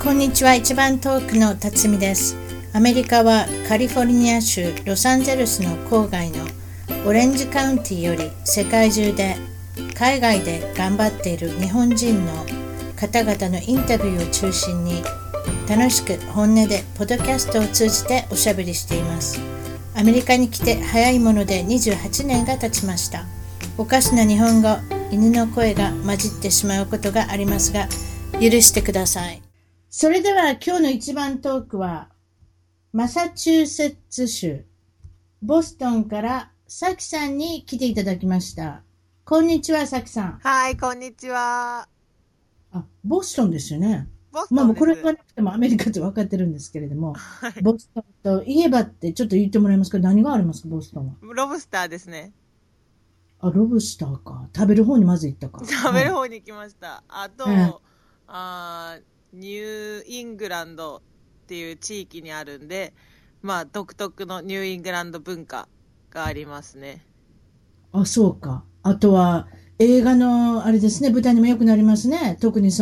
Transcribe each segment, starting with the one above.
こんにちは。一番遠くの辰巳です。アメリカはカリフォルニア州ロサンゼルスの郊外のオレンジカウンティより世界中で海外で頑張っている日本人の方々のインタビューを中心に楽しく本音でポッドキャストを通じておしゃべりしています。アメリカに来て早いもので28年が経ちました。おかしな日本語、犬の声が混じってしまうことがありますが許してください。それでは今日の一番トークはマサチューセッツ州ボストンからサキさんに来ていただきました。こんにちは、サキさん。 はい、こんにちは。 ボストンですよね。 ボストンです。 これがなくてもアメリカって分かってるんですけれども、 はい、 ボストンといえばってちょっと言ってもらえますか？何がありますか、ボストンは。 ロブスターですね。 ロブスターか。食べる方にまず行ったか。 食べる方に行きました。あと、 うん、 ニューイングランドっていう地域にあるんで、独特のニューイングランド文化がありますね。 そうか。あとは、映画の、あれですね、舞台にもよくなりますね。特に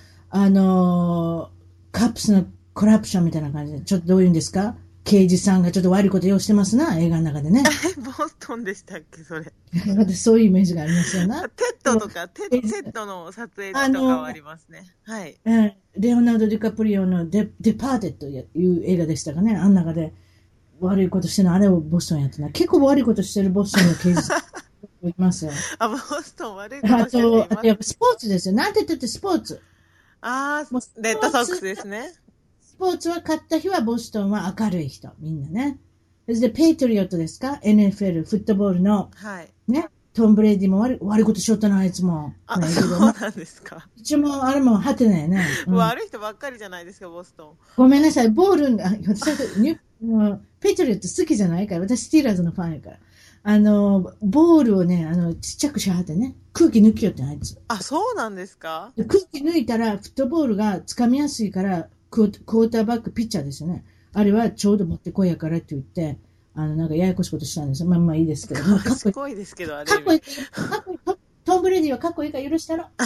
カップスのコラプションみたいな感じで、ちょっとどういうんですか？刑事さんがちょっと悪いこと用してますな、映画の中でね。 ボストンでしたっけ、それ。 私、そういうイメージがありますよな。 テッドとか、テッドの撮影地とかはありますね。はい。 レオナルド・ディカプリオのデパーテッドという映画でしたかね。あん中で悪いことしてるの、あれをボストンやってな。結構悪いことしてるボストンの刑事さんいますよ。 ボストン悪いことしてる人います。 あとやっぱスポーツですよ。なんて言ったってスポーツ。 レッドソックスですね。 スポーツは勝った日はボストンは明るい人、みんなね。で、ペイトリオットですか？ NFL、フットボールの、 はい。 ね。トム・ブレイディも悪いことしよったな、あいつも。 そうなんですか。 一応もあれもハテナやね。 悪い人ばっかりじゃないですか、ボストン。 ごめんなさい、ボール、私はペイトリオット好きじゃないから、私スティーラーズのファンやから。ボールをね、ちっちゃくしはってね、空気抜きよってあいつ。 そうなんですか？ 空気抜いたら、フットボールが掴みやすいから、クォーターバック、ピッチャーですよね。あれはちょうど持ってこいやからって言って、なんかややこしいことしたんですよ。まあいいですけど。 かっこいいですけど、あれ。 かっこいい。トム・ブレディはかっこいいから許したの。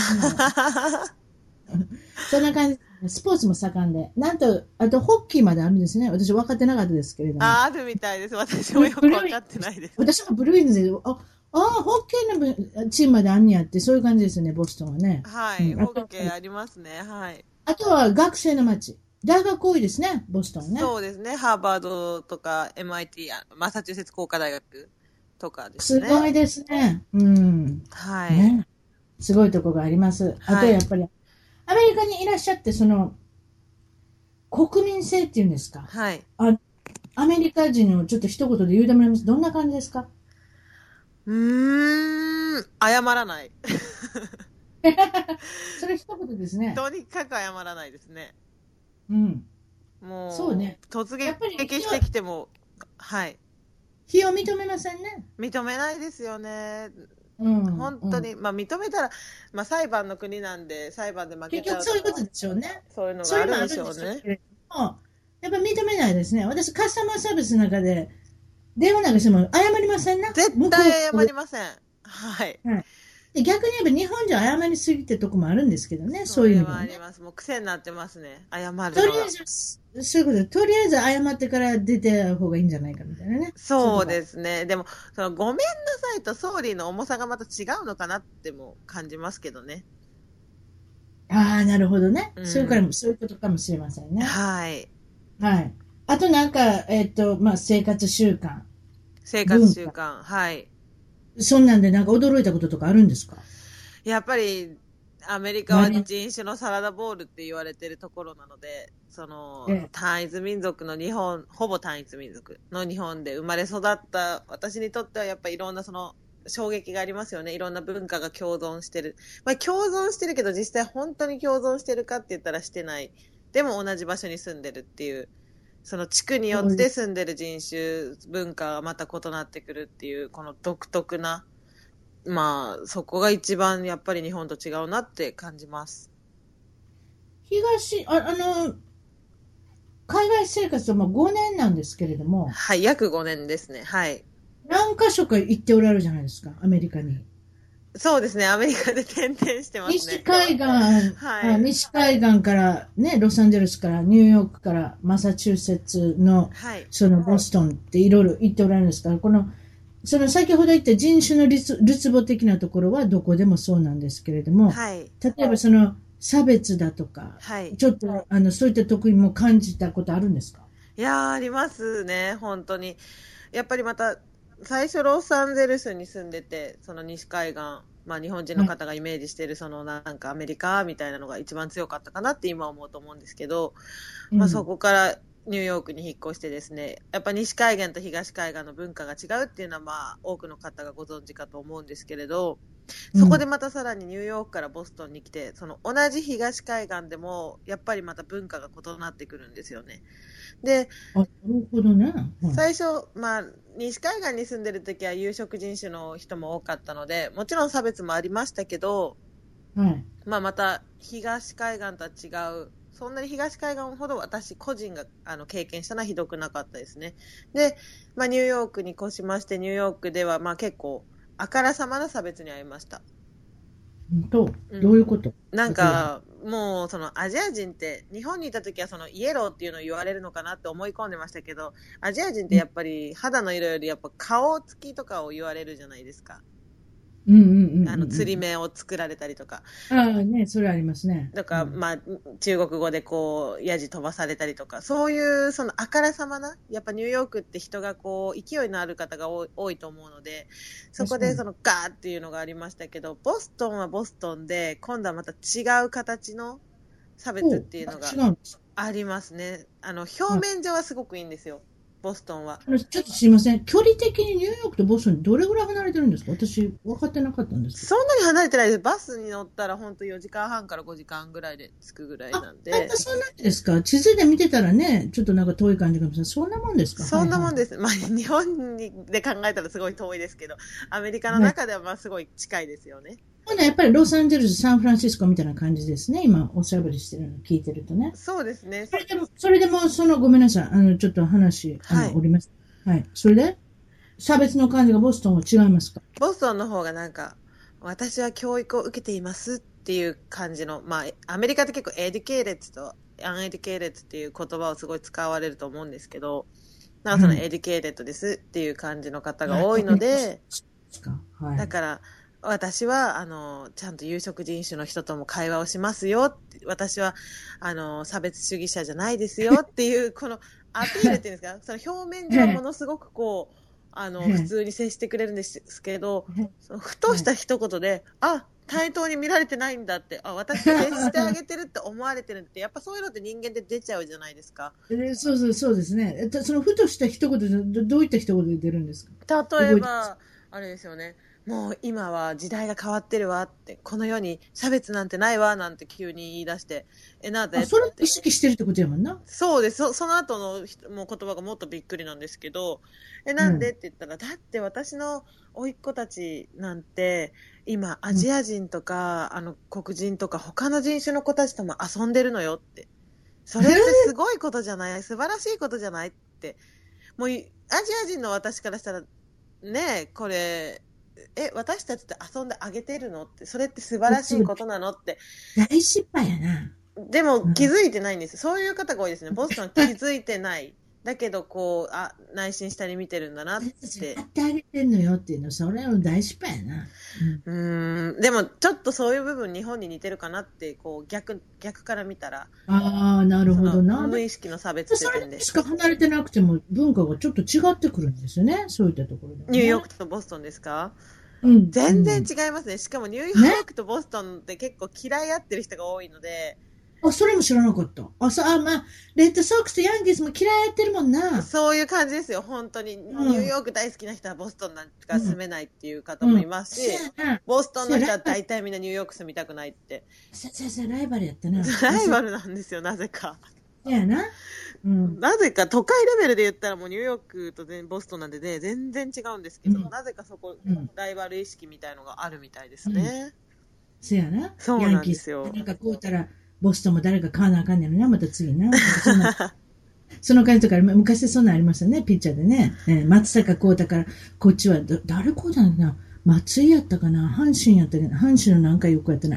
そんな感じ。スポーツも盛んで。なんと、あとホッキーまであるんですね。私分かってなかったですけれども。 あるみたいです。私もよく分かってないです。 私もブルーインズで、ホッケーのチームまであんにやって、そういう感じですよね、ボストンはね。 はい、ホッケーありますね。はい。 あとは学生の街。大学多いですね、ボストンね。 そうですね。ハーバードとか MIT、マサチューセッツ工科大学とかですね。 すごいですね。うん。 はい。 ね。すごいとこがあります。あとやっぱり、アメリカにいらっしゃって、国民性っていうんですか。 はい。 アメリカ人をちょっと一言で言うてもらいます。どんな感じですか？ 謝らない。 それ一言ですね。 とにかく謝らないですね。 うん。 もう、 そうね。 突撃してきても、はい。 非を認めませんね。 認めないですよね。 本当に、認めたら、裁判の国なんで、裁判で負けちゃうと。 結局そういうことでしょうね。 そういうのがあるんでしょうね。 やっぱ認めないですね。私、カスタマーサービスの中で、電話なんかしても謝りませんね。 絶対謝りません。はい。 で逆に言えば日本じゃ謝りすぎてとこもあるんですけどね。そういう意味で、ね。 あります。もう癖になってますね。謝るのが。 とりあえず、そういうことで、とりあえず謝ってから出てた方がいいんじゃないかみたいなね。 そうですね。でも、ごめんなさいとソーリーの重さがまた違うのかなっても感じますけどね。 なるほどね。そういうことかもしれませんね。 はい。 はい。あとなんか、生活習慣。 生活習慣。はい。 そんなんでなんか驚いたこととかあるんですか？ やっぱり、アメリカは人種のサラダボールって言われてるところなので、単一民族の日本、ほぼ単一民族の日本で生まれ育った私にとってはやっぱりいろんな衝撃がありますよね。いろんな文化が共存してる。共存してるけど実際本当に共存してるかって言ったらしてない。でも同じ場所に住んでるっていう、地区によって住んでる人種、文化がまた異なってくるっていう、この独特な、そこが一番やっぱり日本と違うなって感じます。 海外生活は5年なんですけれども。 はい、約5年ですね。はい。 何箇所か行っておられるじゃないですか、アメリカに。 そうですね、アメリカで転々してますね。 西海岸、 はい。 西海岸からね、ロサンゼルスからニューヨークからマサチューセッツのはい。 そのボストンっていろいろ行っておられるんですから、その先ほど言った人種のるつぼ的なところはどこでもそうなんですけれども、 はい。 例えばその差別だとか、 はい。 ちょっとそういった得意も感じたことあるんですか？ いやー、ありますね、本当に。やっぱりまた、最初ロサンゼルスに住んでて、その西海岸、まあ日本人のはい。 方がイメージしてる、そのなんかアメリカみたいなのが一番強かったかなって今思うと思うんですけど、まあそうん。 こからニューヨークに引っ越してですね、やっぱ西海岸と東海岸の文化が違うっていうのはまあ多くの方がご存知かと思うんですけれど、そこでうん。 またさらにニューヨークからボストンに来て、その同じ東海岸でもやっぱりまた文化が異なってくるんですよね。で、 あ、なるほどね。はい。 最初、まあ、西海岸に住んでる時は有色人種の人も多かったので、もちろん差別もありましたけど、 はい。 まあ、また東海岸とは違う、そんなに東海岸ほど私個人が経験したのはひどくなかったですね。で、まあ、ニューヨークに越しまして、ニューヨークではまあ結構あからさまな差別に遭いました。うん。 どういうこと？ なん例えば。 か、もう、その、アジア人って、日本にいた時は、その、イエローっていうのを言われるのかなって思い込んでましたけど、アジア人ってやっぱり、肌の色より、やっぱ顔つきとかを言われるじゃないですか。 うんうんうんうん釣り目を作られたりとか。 うん。ああね、それありますね。 とか、 はい。 まあ、中国語でこう、ヤジ飛ばされたりとか、そういう、その、あからさまな、やっぱニューヨークって人がこう、勢いのある方が多いと思うので、そこ確かに。 でその、ガーっていうのがありましたけど、ボストンはボストンで、今度はまた違う形の差別っおう、あ、 ていうのが違うんです。 ありますね。表はい。 面上はすごくいいんですよ、ボストンは。 ちょっとすいません。距離的にニューヨークとボストンどれぐらい離れてるんですか？私、分かってなかったんですけど。 そんなに離れてないです。バスに乗ったら本当4時間半から5時間ぐらいで着くぐらいあ、 なんで、 やっぱそんなんですか？地図で見てたらね、ちょっとなんか遠い感じがします。そんなもんですか？はそいはいはんなもんです。まあ、日本で考えたらすごい遠いですけど、アメリカのい。はい。 中ではまあすごい近いですよね。 ほな、やっぱりロサンゼルス、サンフランシスコみたいな感じですね。今、おしゃべりしてるの聞いてるとね。 そうですね。 それでも、ごめんなさい。ちょっと話、 はい。 おります。はい。それで、差別の感じがボストンは違いますか？ ボストンの方がなんか、私は教育を受けていますっていう感じの、まあ、アメリカって結構エデュケイレッツとアンエデュケイレッツっていう言葉をすごい使われると思うんですけど、なんかそのはい。 エデュケイレットですっていう感じの方がはい。 多い特にボストンので、 ですか？はい。 だから私はちゃんと有色人種の人とも会話をしますよって、私は差別主義者じゃないですよっていうこのアピールっていうんですか、その表面上はものすごくこう普通に接してくれるんですけど、そのふとした一言で、あ、対等に見られてないんだって、あ、私接してあげてるって思われてるって、やっぱそういうのって人間で出ちゃうじゃないですか。 そうそう、そうですね。そのふとした一言でどういった一言で出るんですか？覚えてます？ 例えば、あれですよね。もう今は時代が変わってるわって、この世に差別なんてないわなんて急に言い出して、なぜあ、 っそれを意て。 識してるってことやもんな。 そうです。その後のもう言葉がもっとびっくりなんですけど、なんでっうん。 て言ったら、だって私の甥っ子たちなんて、今アうん。 ジア人とか、黒人とか他の人種の子たちとも遊んでるのよって。それってすごいことじゃない、素晴らしいことじゃないって。もうアジア人の私からしたら、ねえ、これ、私たちって遊んであげてるのって、それって素晴らしすごいいことなのって。 大失敗やな。 でもうん。 気づいてないんです。そういう方が多いですね。ボストンは気づいてない。だけど、こう、内心下に見てるんだなっ私たちがて。 やってあげてんのよっていうの、それは大失敗やな。うん。 でも、ちょっとそういう部分、日本に似てるかなって、こう、逆から見たら、 ああ、なるその、 ほどな。 無意識の差別ってそれ点で。 しか離れてなくても文化がちょっと違ってくるんですよね。そういったところではニューヨーね。 クとボストンですか？ うん、う全然ん。 違いますね。しかもニューヨね。 ークとボストンって結構嫌い合ってる人が多いので、 あ、それも知らなかった。まあ、レッドソックスとヤンキースも嫌いやってるもんな。 そういう感じですよ、本当に。ニューうん、 ヨーク大好きな人はボストンなんかうん、 住めないっていう方もいうん。 ますし、 せやな。 ボストンせや、 の人は大体みんなニューヨーク住みたくないって。 ライバルやったな。 ライバルなんですよ、なぜか。 せやな。うん、 なぜか都会レベルで言ったらもうニューヨークとボストンなんでね、全然違うんですけど、 うん、 なぜかそこ、 うん、 ライバル意識みたいのがあるみたいですうん。 ね。 せやな。 そうなんヤンキース。 ですよ。 なんかこうたら、ボストンも誰か買わなあかんねやろな、また次な。なんかその感じとか、昔そんなんありましたね、ピッチャーでね。松坂幸太から、こっちは、誰こうたんだな。 松井やったかな、阪神やったかな、阪神の何かよくやったな、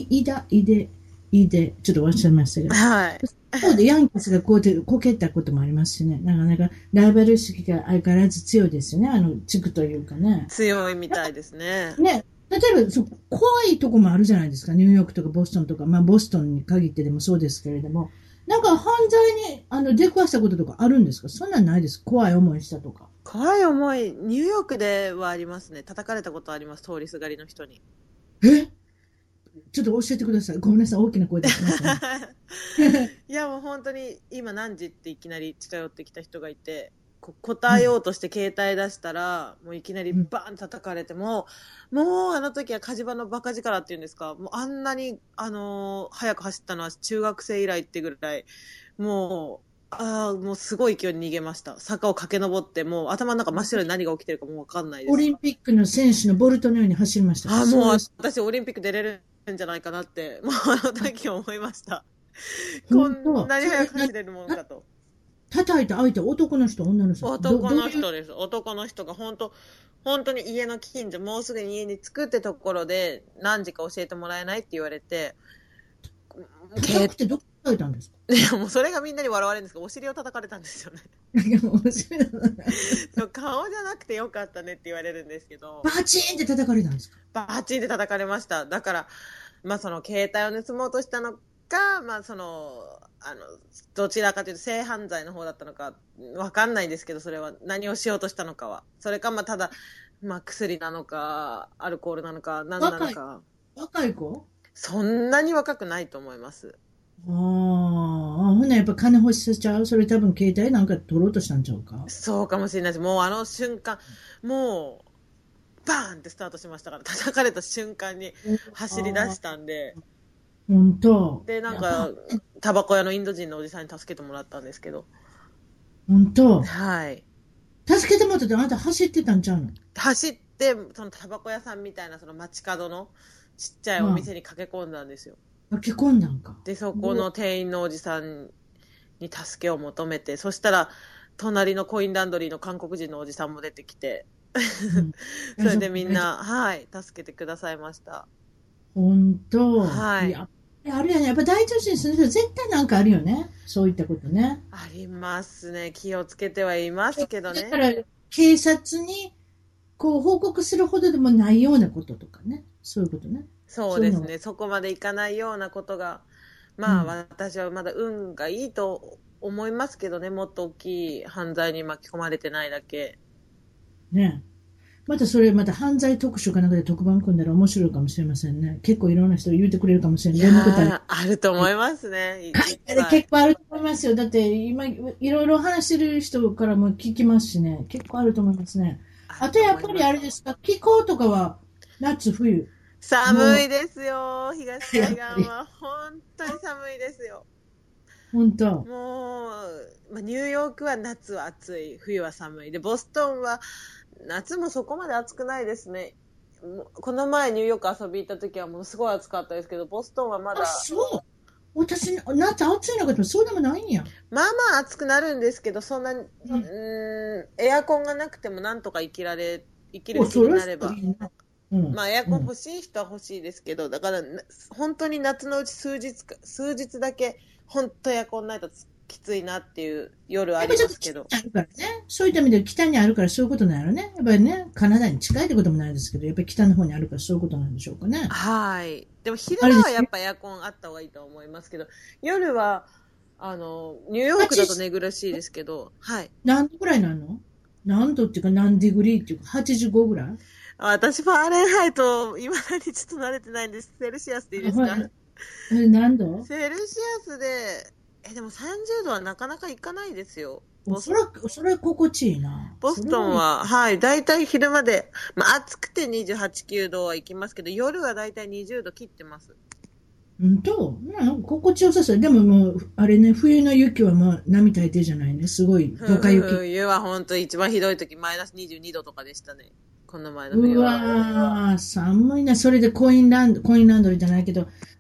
ちょっと忘れましたけど。 はい。 そうで、ヤンキースがこうやってこけたこともありますしね。なかなかライバル意識が相変わらず強いですよね。地区というかね。 強いみたいですね。 ね。例えば、怖いとこもあるじゃないですか。ニューヨークとかボストンとか、まあ、ボストンに限ってでもそうですけれども。なんか犯罪に、出くわしたこととかあるんですか？そんなんないです。怖い思いしたとか。 怖い思い、ニューヨークではありますね。叩かれたことあります。通りすがりの人に。 えちょっと教えてください。ごめんなさい。大きな声出しましたね。 いやもう本当に今何時っていきなり近寄ってきた人がいて、答えようとして携帯出したら、もういきなりバーン叩かれても、もうあの時は火事場のバカ力っていうんですか、もうあんなに、早く走ったのは中学生以来ってぐらい、もうすごい勢いに逃げました。坂を駆け上って、もう頭の中真っ白で何が起きてるかもうわかんないです。 オリンピックの選手のボルトのように走りました。 もう私オリンピック出れるんじゃないかなって、もうあの時思いました。こんなに早く走れるもんかと。 叩いた相手、男の人、女の人？ 男の人です。男の人が本当に家の近所、もうすぐに家に着くってところで、何時か教えてもらえないって言われて、 叩くってどこ叩いたんですか？ いや、もうそれがみんなに笑われるんですけど、お尻を叩かれたんですよね。 いや、面白いそう顔じゃなくてよかったねって言われるんですけど。 バチーンって叩かれたんですか？ バチンって叩かれました。だから、まあその携帯を盗もうとしたのか、まあどちらかというと性犯罪の方だったのか、わかんないんですけど、それは何をしようとしたのかは。それか、まあただ、まあ薬なのか、アルコールなのか、何なのか。 若い子？ そんなに若くないと思います。 ほなやっぱ金欲しさちゃう？それ多分携帯なんか取ろうとしたんちゃうか？ そうかもしれないです。もうあの瞬間、もう、バーンってスタートしましたから、叩かれた瞬間に走り出したんで。 本当。 で、なんか、タバコ屋のインド人のおじさんに助けてもらったんですけど。 本当。 はい。 助けてもらったってあなた走ってたんちゃうの？ 走って、そのタバコ屋さんみたいなその街角のちっちゃいお店に駆け込んだんですよ。 駆け込んだんか。 で、そこの店員のおじさんに助けを求めて、そしたら、隣のコインランドリーの韓国人のおじさんも出てきて、それでみんな、はい、助けてくださいました。 本当。 はい。 あるよね。やっぱ大都市に住んでると絶対なんかあるよね。そういったことね。 ありますね。気をつけてはいますけどね。 だから、警察に、報告するほどでもないようなこととかね。そういうことね。 そうですね。そこまでいかないようなことが、まあ、私はまだ運がいいと思いますけどね。もっと大きい犯罪に巻き込まれてないだけ。 ね。また犯罪特集かなんかで特番組んだら面白いかもしれませんね。結構いろんな人言ってくれるかもしれない。 あると思いますね。 結構あると思いますよ。だって今いろいろ話してる人からも聞きますしね。結構あると思いますね。あとやっぱりあれですか、気候とかは夏冬。 寒いですよ。東海岸は本当に寒いですよ。 本当。 もう、ニューヨークは夏は暑い、冬は寒い。で、ボストンは夏もそこまで暑くないですね。この前ニューヨーク遊び行った時はものすごい暑かったですけど、ボストンはまだ。 そう。私、夏暑いのかとそうでもないんや。 まあまあ暑くなるんですけど、そんな、エアコンがなくてもなんとか生きる日になれば。まあエアコン欲しい人は欲しいですけど、だから本当に夏のうち数日だけ本当エアコンないときついなっていう夜ありますけど。 そういった意味で北にあるからそういうことなんやろね。やっぱりね、カナダに近いってこともないですけど、やっぱり北の方にあるからそういうことなんでしょうかね。 はい。でも昼間はやっぱエアコンあった方がいいと思いますけど、夜は、ニューヨークだと寝苦しいですけど、はい。 何度ぐらいなの？何度っていうか何ディグリーっていうか85ぐらい？ 私、ファーレンハイト、今だにちょっと慣れてないんです。セルシアスでいいですか？ 何度？ セルシアスで、でも30度はなかなかいかないですよ。 それは心地いいな。 ボストンは、はい、だいたい昼まで、まあ暑くて28、9度はいきますけど、夜はだいたい20度切ってます。 なんか心地よさそう。でももう、あれね、冬の雪はまあ、並大抵じゃないね。すごい、ドカ雪。 冬は本当一番ひどい時、マイナス22度とかでしたね。この前の冬は。 うわー、寒いな。それでコインランドリーじゃないけど、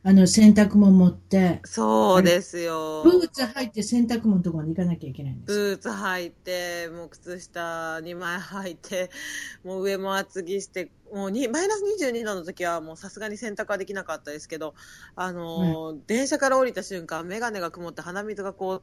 洗濯物持って、 そうですよ。 ブーツ履いて洗濯物のところに行かなきゃいけないんです。 ブーツ履いて、もう靴下2枚履いて、もう上も厚着して、もうマイナス22度の時はもうさすがに洗濯はできなかったですけど、電車から降りた瞬間、メガネが曇って鼻水が凍って、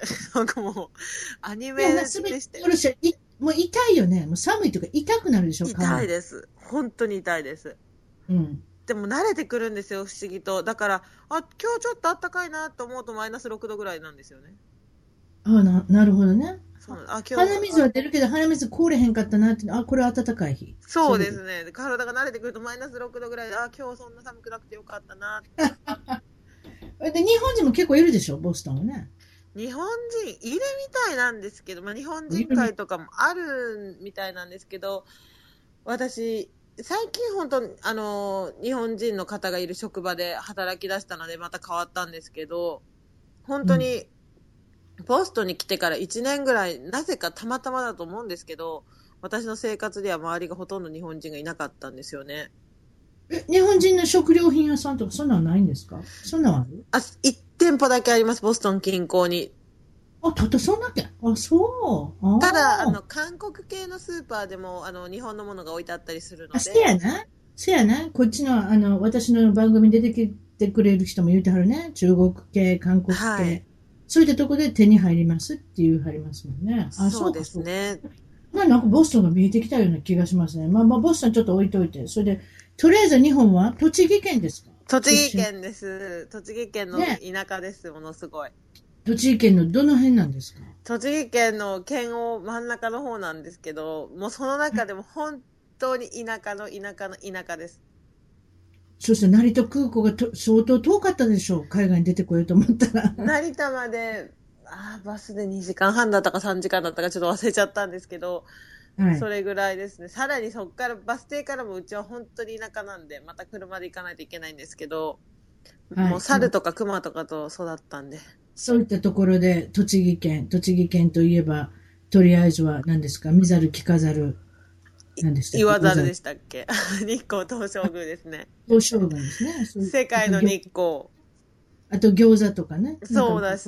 なんかもう、アニメでして。 もう痛いよね。もう寒いとか痛くなるでしょ、 痛いです。本当に痛いです。 うん。 でも慣れてくるんですよ、不思議と。だから、今日ちょっと暖かいなと思うとマイナス6度ぐらいなんですよね。 なるほどね。 今日鼻水は出るけど、鼻水凍れへんかったなって、これ暖かい日。 そうですね。体が慣れてくるとマイナス6度ぐらいで、今日そんな寒くなくてよかったなで、日本人も結構いるでしょ、ボストンはね。 日本人いるみたいなんですけど、日本人会とかもあるみたいなんですけど、私、最近本当日本人の方がいる職場で働き出したのでまた変わったんですけど、本当にボストンに来てから1年ぐらい、なぜかたまたまだと思うんですけど、私の生活では周りがほとんど日本人がいなかったんですよね。 日本人の食料品屋さんとかそんなのないんですか？そんなのある ？1店舗だけあります、ボストン近郊に。 たったそんだけ？そう。 ただ、韓国系のスーパーでも、日本のものが置いてあったりするので。 せやな。こっちの、私の番組に出てきてくれる人も言うてはるね。中国系、韓国系。はい、そういったとこで手に入りますって言うはりますもんね。 そうですね。 なんかボストンが見えてきたような気がしますね。ボストンちょっと置いといて。それで、とりあえず日本は栃木県ですか？ 栃木県です。栃木県の田舎です、ものすごい。 栃木県のどの辺なんですか？ 栃木県の県を真ん中の方なんですけど、もうその中でも本当に田舎の田舎の田舎です。 そして成田空港が相当遠かったでしょう。海外に出てこようと思ったら。 成田まで、バスで2時間半だったか3時間だったかちょっと忘れちゃったんですけど、はい、それぐらいですね。さらにそこからバス停からもうちは本当に田舎なんで、また車で行かないといけないんですけど、はい、もう猿とか熊とかと育ったんで。 そういったところで栃木県といえば、とりあえずは何ですか？見ざる聞かざる。何でしたっけ？ 言わざるでしたっけ？日光東照宮ですね。 東照宮ですね。 世界の日光。 あと餃子とかね。 そうです。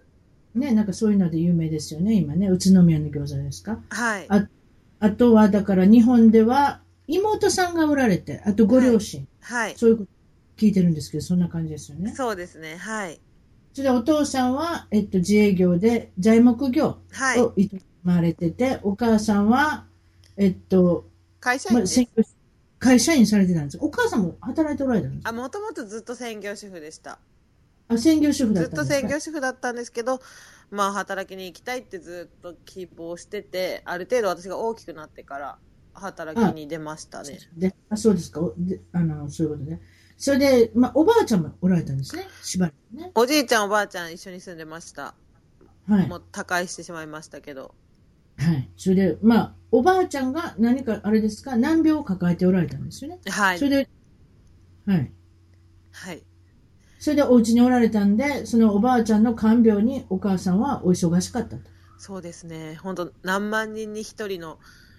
ね、なんかそういうので有名ですよね、今ね。宇都宮の餃子ですか？ はい。 あとは、だから日本では妹さんがおられて、あとご両親。 はい。 そういうこと聞いてるんですけど、そんな感じですよね。 そうですね。はい。 それでお父さんは、自営業で材木業を営まれてて、はい、お母さんは、 会社員です。 会社員されてたんです。お母さんも働いておられたんですか？ もともとずっと専業主婦でした。 専業主婦だったんですか？ ずっと専業主婦だったんですけど、働きに行きたいってずっと希望してて、ある程度私が大きくなってから働きに出ましたね。 そうですか。そういうことで。それで、おばあちゃんもおられたんですね。しばらくね。 おじいちゃんおばあちゃん一緒に住んでました。 はい。 もう他界してしまいましたけど。 はい。それで、おばあちゃんが何か、あれですか、難病を抱えておられたんですよね。 はい。 それで、はい。 はい。 それでお家におられたんで、そのおばあちゃんの看病にお母さんはお忙しかったと。 そうですね。本当何万人に一人の、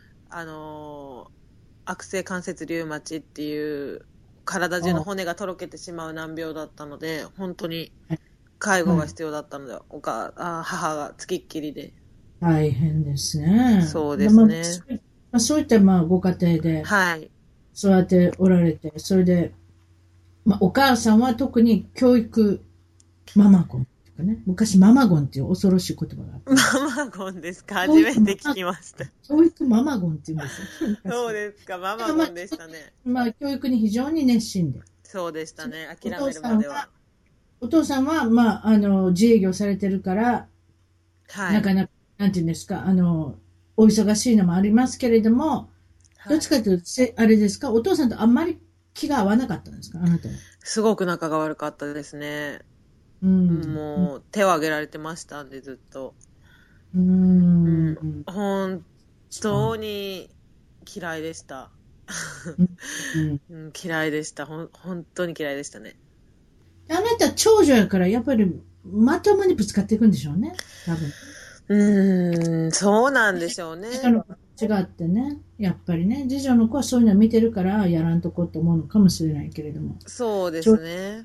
悪性関節リウマチっていう体中の骨がとろけてしまう難病だったので、本当に介護が必要だったので、母がつきっきりで。 大変ですね。 そうですね。 そういったご家庭で育ておられて、それで、お母さんは特に教育ママゴンとかね。昔ママゴンっていう恐ろしい言葉があって。 ママゴンですか？初めて聞きました。 教育ママゴンって言うんですよ。 そうですか。ママゴンでしたね。 教育に非常に熱心で。 そうでしたね。諦めるまでは。 お父さんは、自営業されてるから、はい。なかなか、なんていうんですか、お忙しいのもありますけれども、どっちかというと、あれですか、お父さんとあんまり気が合わなかったんですか、あなたは。 すごく仲が悪かったですね。もう、手を挙げられてましたんで、ずっと。本当に嫌いでした。嫌いでした。本当に嫌いでしたね。 あなた長女やから、やっぱり、まともにぶつかっていくんでしょうね、多分。 そうなんでしょうね。 違ってね、やっぱりね、次女の子はそういうのを見てるから、やらんとこって思うのかもしれないけれども。 そうですね。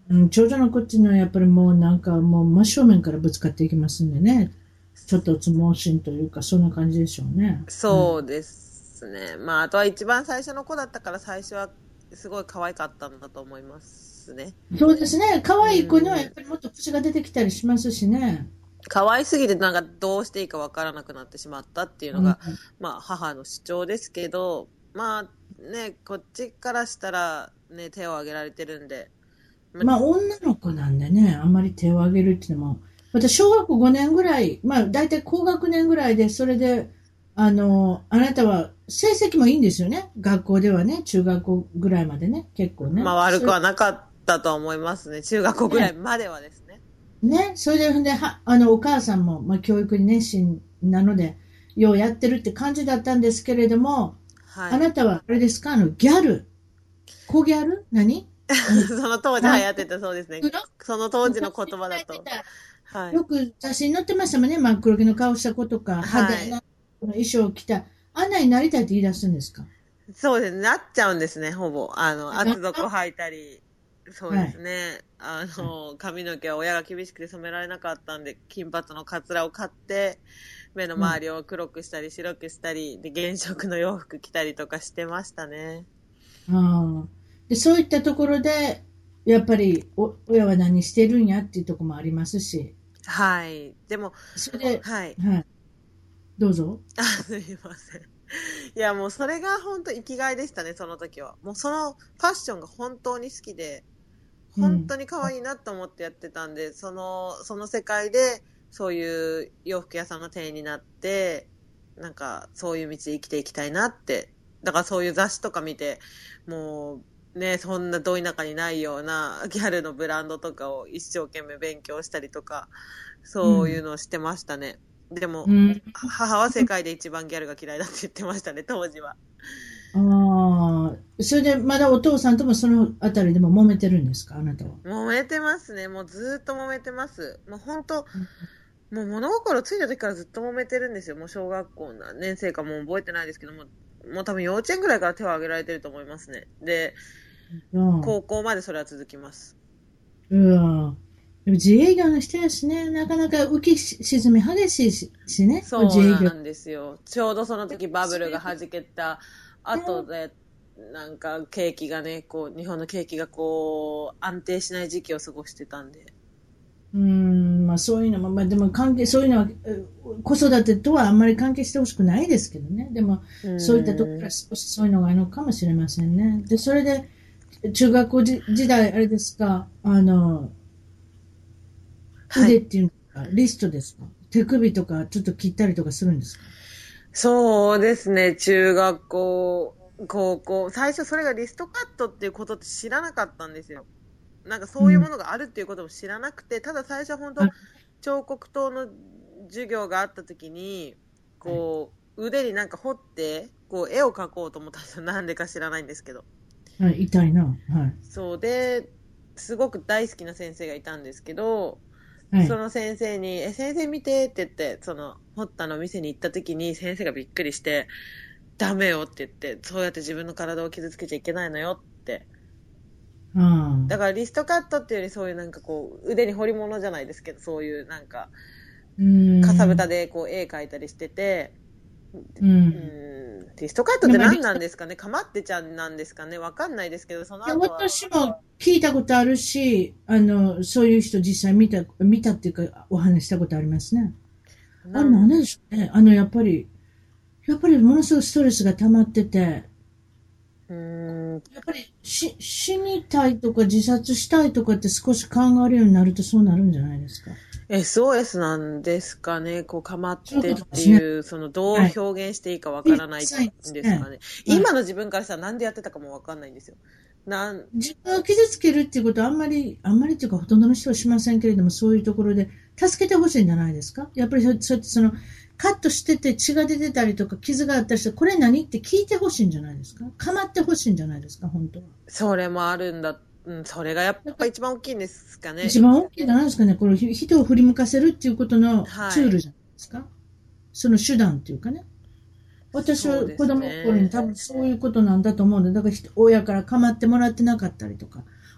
うん、長女のこっちのやっぱりもうなんかもう真正面からぶつかっていきますんでね。ちょっとつ盲信というか、そんな感じでしょうね。 そうですね。まあ、あとは一番最初の子だったから最初はすごい可愛かったんだと思いますね。 そうですね。可愛い子にはやっうん。 ぱりもっと口が出てきたりしますしね。 可愛すぎてなんかどうしていいかわからなくなってしまったっていうのうん、 が、まあ母の主張ですけど、まあね、こっちからしたらね、手を挙げられてるんで、ま、 まあ、女の子なんでね、あんまり手を挙げるっていうのも、私、小学校5年ぐらい、まあ、大体高学年ぐらいで、それで、あなたは成績もいいんですよね。学校ではね、中学校ぐらいまでね、結構ね。 まあ悪それくはなかったと思いますね。中学校ぐらいね、 まではですね。 ね、それで、ほんで、お母さんも、まあ、教育に熱心なので、ようやってるって感じだったんですけれども、 はい。 あなたは、あれですか、ギャル、小ギャル何その当時流真っ行ってたそうですね。 黒その当時の言昔葉だと。 流行ってたはい。 よく写真載ってましたもんね。真っ黒けの顔した子とか、派はい。 手な衣装を着た。あんなになりたいって言い出すんですか？ そうですね。なっちゃうんですね、ほぼ。厚底あ、 履いたり。そうですはい。 ね。 はい。 髪の毛は親が厳しくて染められなかったんで、金髪のカツラを買って、目のはい。 周りを黒くしたり白くしたり、で、原色の洋服着たりとかしてましたね。 ああ。で、そういったところで、やっぱり親は何してるんやっていうところもありますし、 はい。でも、 それで、 はい。 はい。どうぞ。 すいません。いや、もうそれが本当生きがいでしたね、その時は。もうそのファッションが本当に好きで、本うん。 当に可愛いなと思ってやってたんで、その世界で、そういう洋服屋さんの店員になって、なんか、そういう道で生きていきたいなって。だからそういう雑誌とか見て、もう、ね、そんなど田舎にないようなギャルのブランドとかを一生懸命勉強したりとか、そういううん。 のをしてましたね。でも、 うん。 母は世界で一番ギャルが嫌いだって言ってましたね、当時は。 ああ。それで、まだお父さんともそのあたりでも揉めてるんですか、あなたは？ 揉めてますね。もうずーっと揉めてます。もう本当、もう物心ついた時からずっと揉めてるんですよ。もう小学校何年生かもう覚えてないですけども、もう多分幼稚園ぐらいから手を挙げられてると思いますね。で、 うん。 高校までそれは続きます。 うん。でも自営業の人やしね、なかなか浮き沈み激しいしね、自営業。 そうなんですよ。ちょうどその時バブルが弾けた後ね、 で、なんか景気がね、こう、日本の景気がこう、安定しない時期を過ごしてたんで。 まあそういうのも、まあでもそういうのは、子育てとはあんまり関係してほしくないですけどね。でも、 うそういったところーん。 から少しそういうのがあるのかもしれませんね。で、それで、中学校時代、あれですか、 はい。 腕っていうのか、リストですか？手首とかちょっと切ったりとかするんですか？ そうですね、中学校、高校、最初それがリストカットっていうことって知らなかったんですよ。なんかそういううん。 ものがあるっていうことも知らなくて、ただ最初は本当あ、 彫刻刀の授業があった時に、 はい。 こう、腕になんか彫って、こう絵を描こうと思ったんですよ。なんでか知らないんですけど。 はい、痛いな。はい。 そうで、すごく大好きな先生がいたんですけど、 はい。 その先生に、先生見てって言って、彫ったのを店に行った時に先生がびっくりして、ダメよって言って、そうやって自分の体を傷つけちゃいけないのよって。 ああ。 だからリストカットっていうよりそういうなんかこう、腕に彫り物じゃないですけど、そういうなんか、 うーかさぶたん。 でこう絵描いたりしてて、 うん。 リストカットって何なんですかね、かまってちゃんなんですかね、わかんないですけど、そのいや、 後は、 私も聞いたことあるし、そういう人実際見たっていうか、お話したことありますね。あれ、なんなん、 ででしょうね。やっぱりものすごいストレスが溜まってて、 うーん、 やっぱり死にたいとか自殺したいとかって少し考えるようになるとそうなるんじゃないですか。 SOS なんですかね、こう、かまっそうてっかもしれない。 ていう、どうはい。 表現していいかわか小らないさいでんすね。 ですかね。 はい。 今の自分からしたらなんでやってたかもわかんないんですよ。なん、 自分を傷つけるっていうことはあんまりっていうかほとんどの人はしませんけれども、そういうところで助けてほしいんじゃないですか。やっぱりそうやってカットしてて血が出てたりとか傷があったりして、これ何って聞いてほしいんじゃないですか。かまってほしいんじゃないですか、本当は。 それもあるんだ。うん、それがやっだからぱ一番大きいんですかね。 一番大きいのは何ですかね、これ人を振り向かせるっていうことのツはい。 ールじゃないですか。その手段っていうかね。私はそうです子供の頃にね。 多分そういうことなんだと思うんで、だから親から構ってもらってなかったりとか、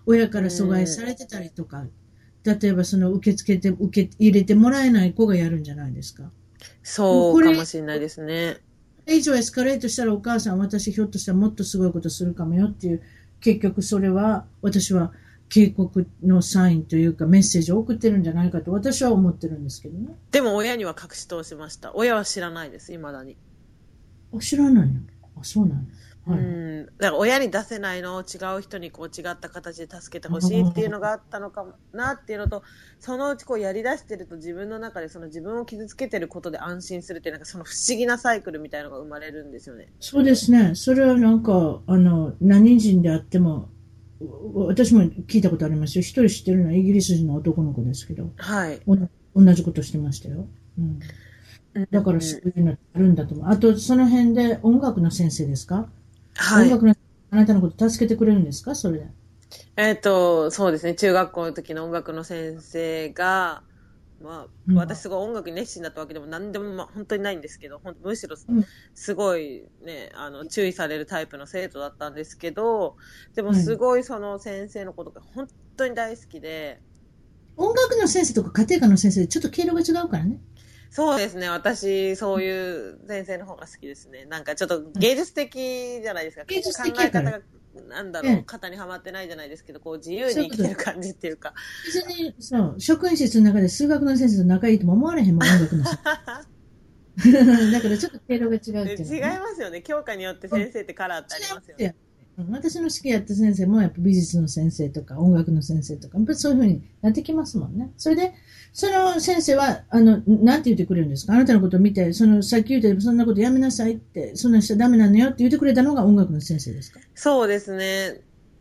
親から阻害されてたりとか、例えばその受け入れてもらえない子がやるんじゃないですか。 そうかもしれないですね。 以上エスカレートしたらお母さん、私ひょっとしたらもっとすごいことするかもよっていう、結局それは私は警告のサインというかメッセージを送ってるんじゃないかと私は思ってるんですけどね。 でも親には隠し通しました。親は知らないです、未だに。 知らないの？そうなんだから親に出せないのを違う人にこう違った形で助けてほしいっていうのがあったのかなっていうのと、そのうちこうやり出してると自分の中でその自分を傷つけてることで安心するっていうなんかその不思議なサイクルみたいなのが生まれるんですよね。 そうですね。それはなんか、何人であっても、私も聞いたことありますよ。一人知ってるのはイギリス人の男の子ですけど、 はい。 同じことしてましたよ。だからそういうのあるんだと思う。あと、その辺で音楽の先生ですか？ はい。 音楽のあなたのこと助けてくれるんですか？それで。 そうですね。中学校の時の音楽の先生が、私すごい音楽に熱心だったわけでも何でも本当にないんですけど、むしろすごいね、注意されるタイプの生徒だったんですけど、でもすごいその先生のことが本当に大好きで。 音楽の先生とか家庭科の先生でちょっと経路が違うからね。 そうですね。私、そういう先生の方が好きですね。なんかちょっと芸術的じゃないですか。 芸術的考えやから。 方が、型にはまってないじゃないですけど、こう自由に生きてる感じっていうか。 別に、そう、職員室の中で数学の先生と仲いいとも思われへんもん、音楽の先生。だからちょっと経路が違うっていう、 違いますよね。教科によって先生ってカラーってありますよね。 私の好きやった先生もやっぱ美術の先生とか音楽の先生とか、やっぱそういう風になってきますもんね。それで、その先生は、なんて言ってくれるんですか？あなたのことを見て、さっき言ったそんなことやめなさいって、そんなしちゃダメなのよって言ってくれたのが音楽の先生ですか？ そうですね。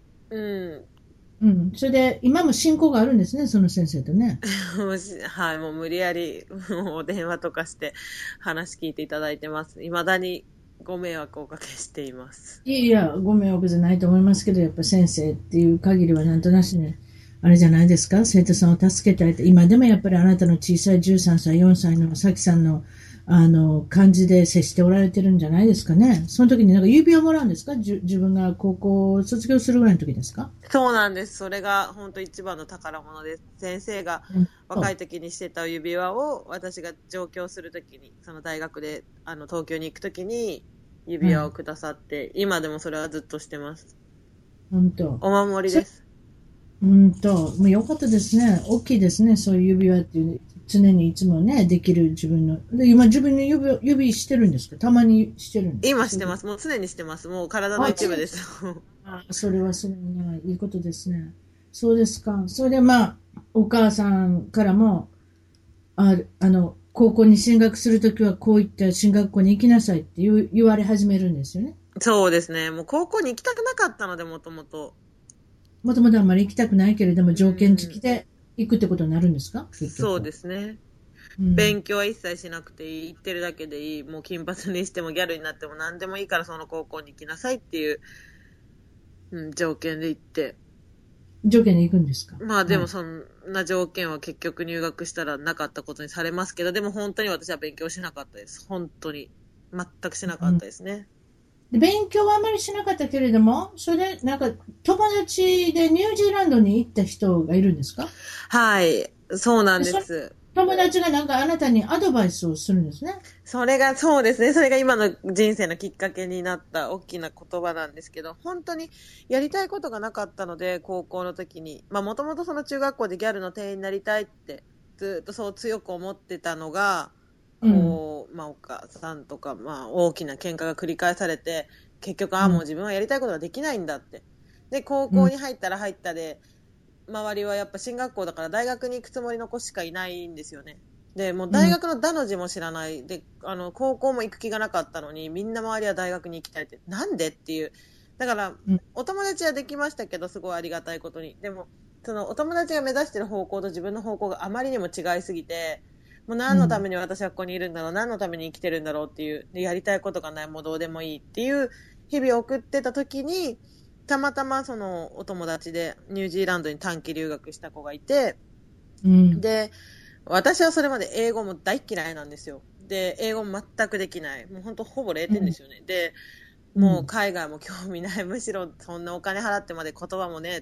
それで、今も親交があるんですね、その先生とね。 はい、もう無理やり、もう電話とかして話聞いていただいてます。未だにご迷惑をおかけしています。 いや、ご迷惑じゃないと思いますけど、やっぱ先生っていう限りはなんとなしね、あれじゃないですか、生徒さんを助けたいって、今でもやっぱりあなたの小さい13歳、4歳のさきさんの、感じで接しておられてるんじゃないですかね。その時になんか指輪もらうんですか？自分が高校を卒業するぐらいの時ですか？ そうなんです。それが本当一番の宝物です。先生が若い時にしてた指輪を私が上京する時に、その大学で東京に行く時に指輪をくださって、今でもそれはずっとしてます。 本当。 お守りです。 もう良かったですね。大きいですね。そういう指輪っていう、常にいつもね、できる自分の。で今自分の指してるんですか？たまにしてるんですか？ 今してます。もう常にしてます。もう体の一部です。 それはそれね、いいことですね。そうですか。それでお母さんからも、高校に進学するときはこういった進学校に行きなさいって言われ始めるんですよね。 そうですね。もう高校に行きたくなかったので、もともと。 もともとあんまり行きたくないけれども、条件付きで行くってことになるんですか？ そうですね。勉強は一切しなくていい。行ってるだけでいい。もう金髪にしてもギャルになっても何でもいいからその高校に行きなさいっていう、条件で行って。 条件で行くんですか？ でもそんな条件は結局入学したらなかったことにされますけど、でも本当に私は勉強しなかったです。本当に。全くしなかったですね。 勉強はあまりしなかったけれども、それでなんか友達でニュージーランドに行った人がいるんですか？ はい、そうなんです。 友達がなんかあなたにアドバイスをするんですね。 そうですね。それが今の人生のきっかけになった大きな言葉なんですけど、本当にやりたいことがなかったので、高校の時に。もともとその中学校でギャルの店員になりたいって、ずっとそう強く思ってたのが、お母さんとか、大きな喧嘩が繰り返されて、結局、もう自分はやりたいことができないんだって。で、高校に入ったら入ったで、周りはやっぱ進学校だから大学に行くつもりの子しかいないんですよね。で、もう大学のの字も知らない。で、高校も行く気がなかったのに、みんな周りは大学に行きたいって、なんでっていう。だから、お友達はできましたけど、すごいありがたいことに。でも、そのお友達が目指してる方向と自分の方向があまりにも違いすぎて、もう何のために私はここにいるんだろう、何のために生きてるんだろうっていう、でやりたいことがない、もうどうでもいいっていう日々を送ってた時に、たまたまそのお友達でニュージーランドに短期留学した子がいて、で、私はそれまで英語も大嫌いなんですよ。で、英語も全くできない。もう本当ほぼ0点ですよね。で、もう海外も興味ない。むしろそんなお金払ってまで言葉もね、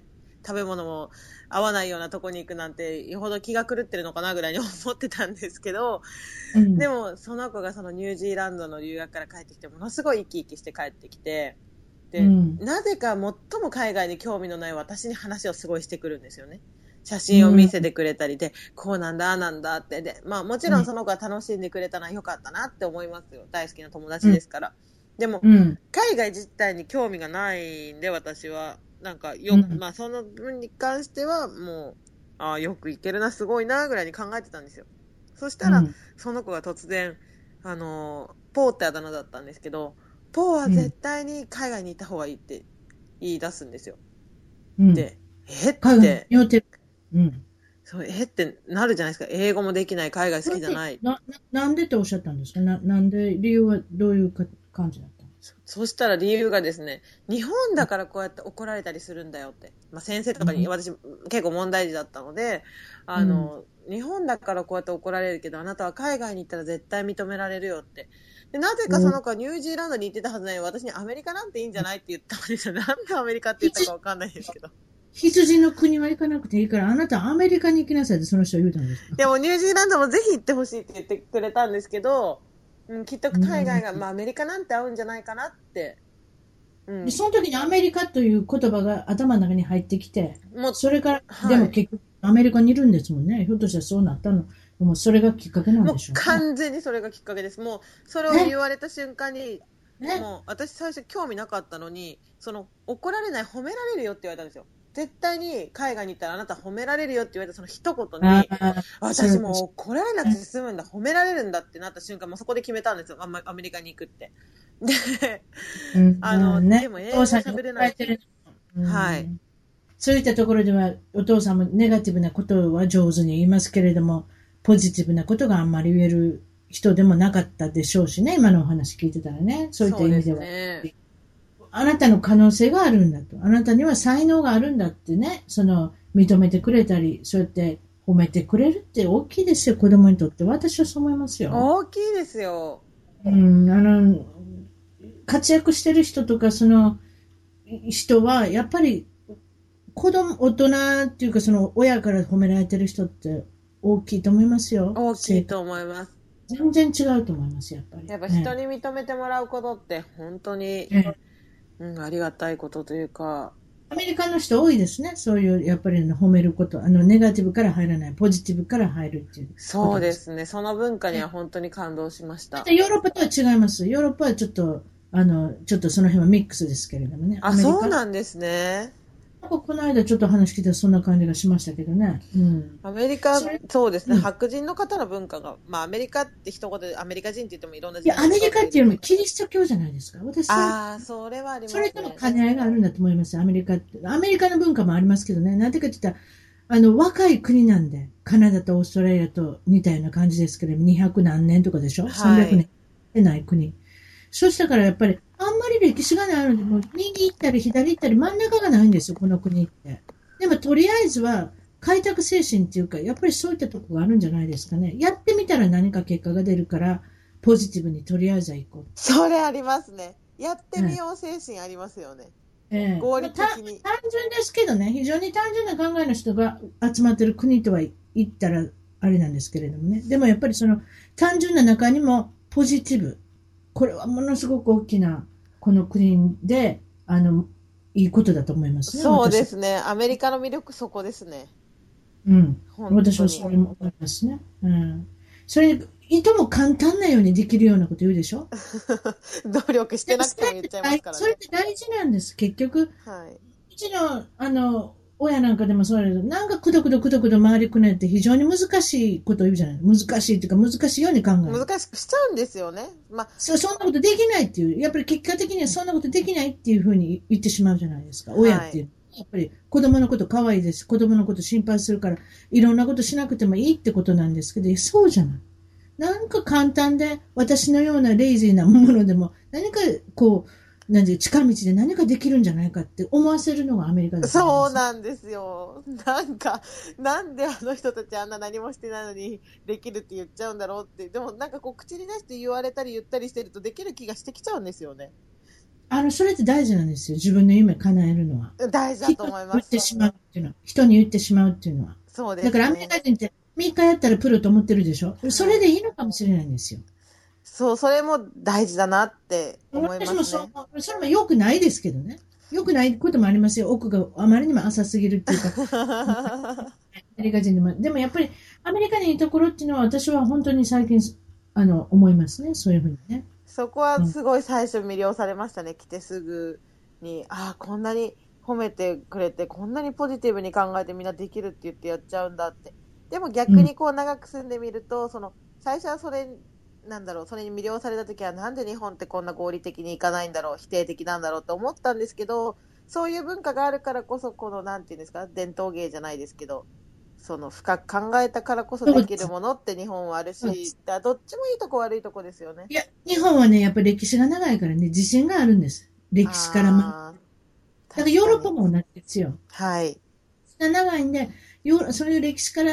食べ物も合わないようなとこに行くなんて、よほど気が狂ってるのかなぐらいに思ってたんですけど、でもその子がそのニュージーランドの留学から帰ってきて、ものすごい生き生きして帰ってきて、で、なぜか最も海外に興味のない私に話をすごいしてくるんですよね。写真を見せてくれたりで、こうなんだ、あなんだって。で、まあもちろんその子が楽しんでくれたのは良かったなって思いますよ。大好きな友達ですから。でも、海外自体に興味がないんで、私は。なんかまあその分に関しては、もう、よくいけるな、すごいな、ぐらいに考えてたんですよ。そしたら、その子が突然、ポーってあだ名だったんですけど、ポーは絶対に海外に行った方がいいって言い出すんですよ。で、って、そう、ってなるじゃないですか。英語もできない、海外好きじゃない。 なんでっておっしゃったんですか？なんで、理由はどういう感じだったんですか？ そしたら理由がですね、日本だからこうやって怒られたりするんだよって。まあ、先生とかに、私結構問題児だったので、日本だからこうやって怒られるけど、あなたは海外に行ったら絶対認められるよって。で、なぜかその子はニュージーランドに行ってたはずなのに、私にアメリカなんていいんじゃないって言ったんですよ。なんでアメリカって言ったかわかんないですけど。 羊の国は行かなくていいから、あなたアメリカに行きなさいってその人は言うたんですか？ でもニュージーランドもぜひ行ってほしいって言ってくれたんですけど、きっと海外が、まあアメリカなんて合うんじゃないかなって。 でその時にアメリカという言葉が頭の中に入ってきて、それから、でも結局アメリカにいるんですもんね。ひょっとしたらそうなったの。もうそれがきっかけなんでしょうね。 もう完全にそれがきっかけです。もうそれを言われた瞬間に、もう私最初興味なかったのに、怒られない、褒められるよって言われたんですよ。絶対に海外に行ったらあなた褒められるよって言われたその一言に、私も怒られなくて済むんだ、褒められるんだってなった瞬間、もうそこで決めたんですよ。アメリカに行くって。で、でも英語喋れない。はい。 そういったところでは、お父さんもネガティブなことは上手に言いますけれども、ポジティブなことがあんまり言える人でもなかったでしょうしね、今のお話聞いてたらね、そういった意味では。あなたの可能性があるんだと。あなたには才能があるんだってね、認めてくれたり、そうやって褒めてくれるって大きいですよ、子供にとって。私はそう思いますよ。 大きいですよ。 活躍してる人とか、人は、やっぱり、大人っていうか、親から褒められてる人って大きいと思いますよ。 大きいと思います。 全然違うと思います、やっぱり。 やっぱ人に認めてもらうことって、本当に、ありがたいことというか。 アメリカの人多いですね。そういう、やっぱり褒めること。ネガティブから入らない、ポジティブから入るっていう。 そうですね。その文化には本当に感動しました。 ヨーロッパとは違います。ヨーロッパはちょっとその辺はミックスですけれどもね。 そうなんですね。 この間ちょっと話聞いたらそんな感じがしましたけどね。 アメリカ、そうですね。白人の方の文化が、まあアメリカって一言でアメリカ人って言ってもいろんな人。 いや、アメリカっていうよりもキリスト教じゃないですか。私は。それはありますね。 それとも兼ね合いがあるんだと思います。アメリカって。アメリカの文化もありますけどね。なんていうかって言ったら、若い国なんで、カナダとオーストラリアと似たような感じですけれども、200何年とかでしょ、300年でない国。そうしたからやっぱり、あんまり歴史がないので、もう右行ったり左行ったり真ん中がないんですよ、この国って。でもとりあえずは、開拓精神っていうか、やっぱりそういったところがあるんじゃないですかね。やってみたら何か結果が出るから、ポジティブにとりあえずは行こう。 それありますね。やってみよう精神ありますよね。合理的に。 単純ですけどね、非常に単純な考えの人が集まってる国とは言ったらあれなんですけれどもね。でもやっぱり単純な中にもポジティブ。これはものすごく大きな、この国で、いいことだと思いますね。 そうですね。アメリカの魅力そこですね。 私はそう思いますね。それに、いとも簡単なようにできるようなこと言うでしょ努力してなくても言っちゃいますからね。 それって大事なんです、結局。うちの、親なんかでもそうだけど、なんかくどくど回りくねって非常に難しいことを言うじゃない。難しいっていうか難しいように考える。 難しくしちゃうんですよね。 そんなことできないっていう、やっぱり結果的にはそんなことできないっていうふうに言ってしまうじゃないですか。親っていう。やっぱり子供のこと可愛いです。子供のこと心配するから、いろんなことしなくてもいいってことなんですけど、そうじゃない。なんか簡単で、私のようなレイジーなものでも、何か近道で何かできるんじゃないかって思わせるのがアメリカです。 そうなんですよ。なんであの人たちあんな何もしてないのにできるって言っちゃうんだろうって。でも口に出して言われたり言ったりしてるとできる気がしてきちゃうんですよね。 それって大事なんですよ。自分の夢叶えるのは。 大事だと思います。 言ってしまう。 っていうのは、人に言ってしまうっていうのは。 そうですね。 だからアメリカ人って3日やったらプロと思ってるでしょ。それでいいのかもしれないんですよ。 そう、それも大事だなって思いますね。 私もそれも良くないですけどね。良くないこともありますよ。奥があまりにも浅すぎるっていうか。アメリカ人でも。でもやっぱりアメリカにいるところっていうのは私は本当に最近、思いますね。そういうふうにね。 そこはすごい最初魅了されましたね。来てすぐに、こんなに褒めてくれて、こんなにポジティブに考えてみんなできるって言ってやっちゃうんだって。でも逆にこう長く住んでみると、最初はそれに魅了された時はなんで日本ってこんな合理的にいかないんだろう、否定的なんだろうと思ったんですけど、そういう文化があるからこそ、なんていうんですか、伝統芸じゃないですけど、深く考えたからこそできるものって日本はあるし、どっちもいいとこ悪いとこですよね。 いや、日本はね、やっぱり歴史が長いからね、自信があるんです。歴史からだからヨーロッパも同じですよ。 はい。 長いんで、そういう歴史から、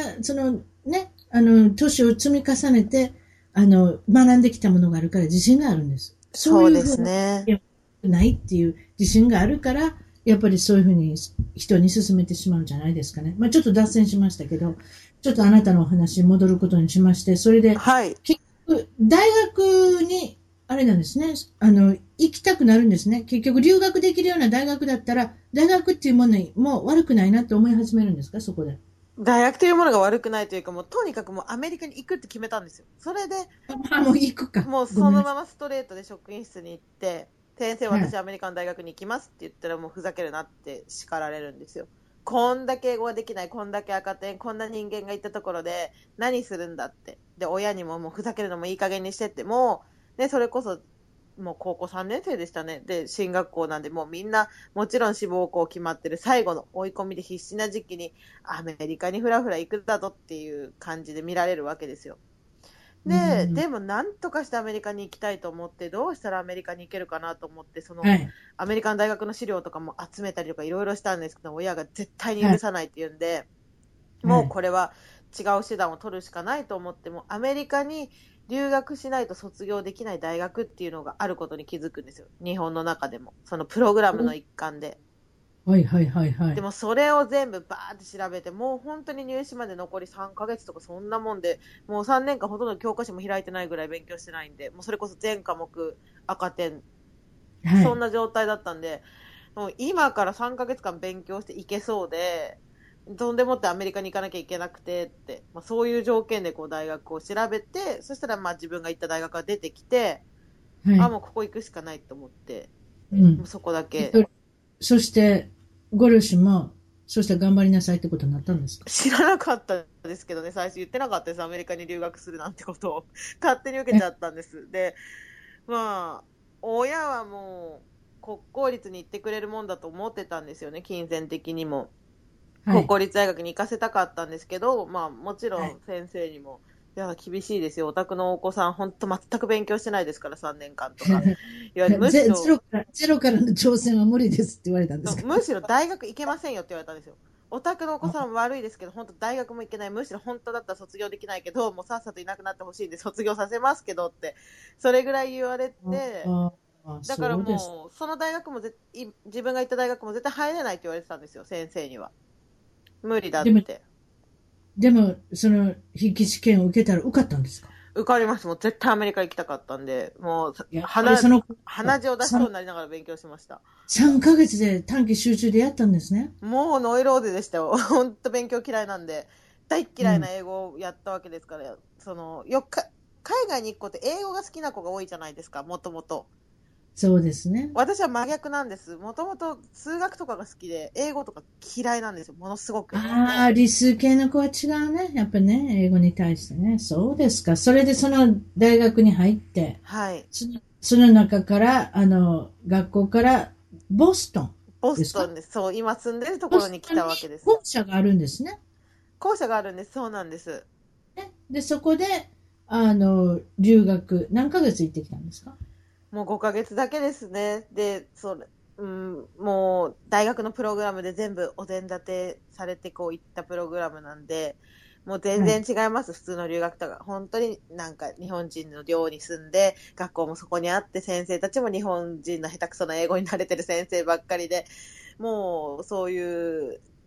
年を積み重ねて、学んできたものがあるから自信があるんです。 そうですね。 ないっていう自信があるから、やっぱりそういうふうに人に勧めてしまうんじゃないですかね。まあちょっと脱線しましたけど、ちょっとあなたのお話に戻ることにしまして、それで、 はい、 結局、大学に、あれなんですね、行きたくなるんですね。結局、留学できるような大学だったら、大学っていうものにもう悪くないなって思い始めるんですか、そこで。 大学というものが悪くないというか、もうとにかくもうアメリカに行くって決めたんですよ。それで、 もう行くか。 もうそのままストレートで職員室に行って、先生、私アメリカの大学に行きますって言ったら、もうふざけるなって叱られるんですよ。こんだけ英語ができない、こんだけ赤点、こんな人間がいたところで何するんだって。で、親にももうふざけるのもいい加減にしてって、もう、ね、それこそ、もう高校3年生でしたね。で、進学校なんで、もうみんな、もちろん志望校決まってる最後の追い込みで必死な時期に、アメリカにふらふら行くだとっていう感じで見られるわけですよ。で、でもなんとかしてアメリカに行きたいと思って、どうしたらアメリカに行けるかなと思って、アメリカの大学の資料とかも集めたりとかいろいろしたんですけど、親が絶対に許さないって言うんで、もうこれは違う手段を取るしかないと思っても、アメリカに留学しないと卒業できない大学っていうのがあることに気づくんですよ。日本の中でも。そのプログラムの一環で。 はいはいはいはい。 でもそれを全部バーって調べて、もう本当に入試まで残り3ヶ月とかそんなもんで、もう3年間ほとんど教科書も開いてないぐらい勉強してないんで、もうそれこそ全科目赤点、はい、そんな状態だったんで、もう今から3ヶ月間勉強していけそうで、とんでもってアメリカに行かなきゃいけなくてって、そういう条件でこう大学を調べて、そしたら自分が行った大学が出てきて、はい、もうここ行くしかないと思って、もうそこだけ。 そして、ご両親も、そして頑張りなさいってことになったんですか？ 知らなかったですけどね、最初言ってなかったです。アメリカに留学するなんてことを勝手に受けちゃったんです。で、親はもう国公立に行ってくれるもんだと思ってたんですよね、金銭的にも。国公立大学に行かせたかったんですけど、もちろん先生にも、いや、厳しいですよ。お宅のお子さん、本当全く勉強してないですから、3年間とか。 言われて、ゼロからの挑戦は無理ですって言われたんですか？ むしろ大学行けませんよって言われたんですよ。お宅のお子さん悪いですけど、本当大学も行けない。むしろ本当だったら卒業できないけど、もうさっさといなくなってほしいんで卒業させますけどって、それぐらい言われて、だからもう、その大学も自分が行った大学も絶対入れないって言われてたんですよ、先生には。無理だって。 でも、その筆記試験を受けたら受かったんですか？ 受かります。もう絶対アメリカ行きたかったんで、もう鼻血を出しそうになりながら勉強しました。 3ヶ月で短期集中でやったんですね。 もうノイローゼでしたよ。本当勉強嫌いなんで、大嫌いな英語をやったわけですから、海外に行く子って英語が好きな子が多いじゃないですか、もともと。 そうですね。 私は真逆なんです。もともと数学とかが好きで、英語とか嫌いなんですよ。ものすごく。 理数系の子は違うね。やっぱね、英語に対してね。そうですか。それでその大学に入って、 はい。 その中から、学校からボストンですか？ボストンです。そう、今住んでるところに来たわけです。 校舎があるんですね。 校舎があるんです。そうなんです。 で、そこで、留学、何ヶ月行ってきたんですか？ もう5ヶ月だけですね。で、もう大学のプログラムで全部お膳立てされてこういったプログラムなんで、もう全然違います、普通の留学とか。本当になんか日本人の寮に住んで、学校もそこにあって、先生たちも日本人の下手くそな英語に慣れてる先生ばっかりで、もうそういう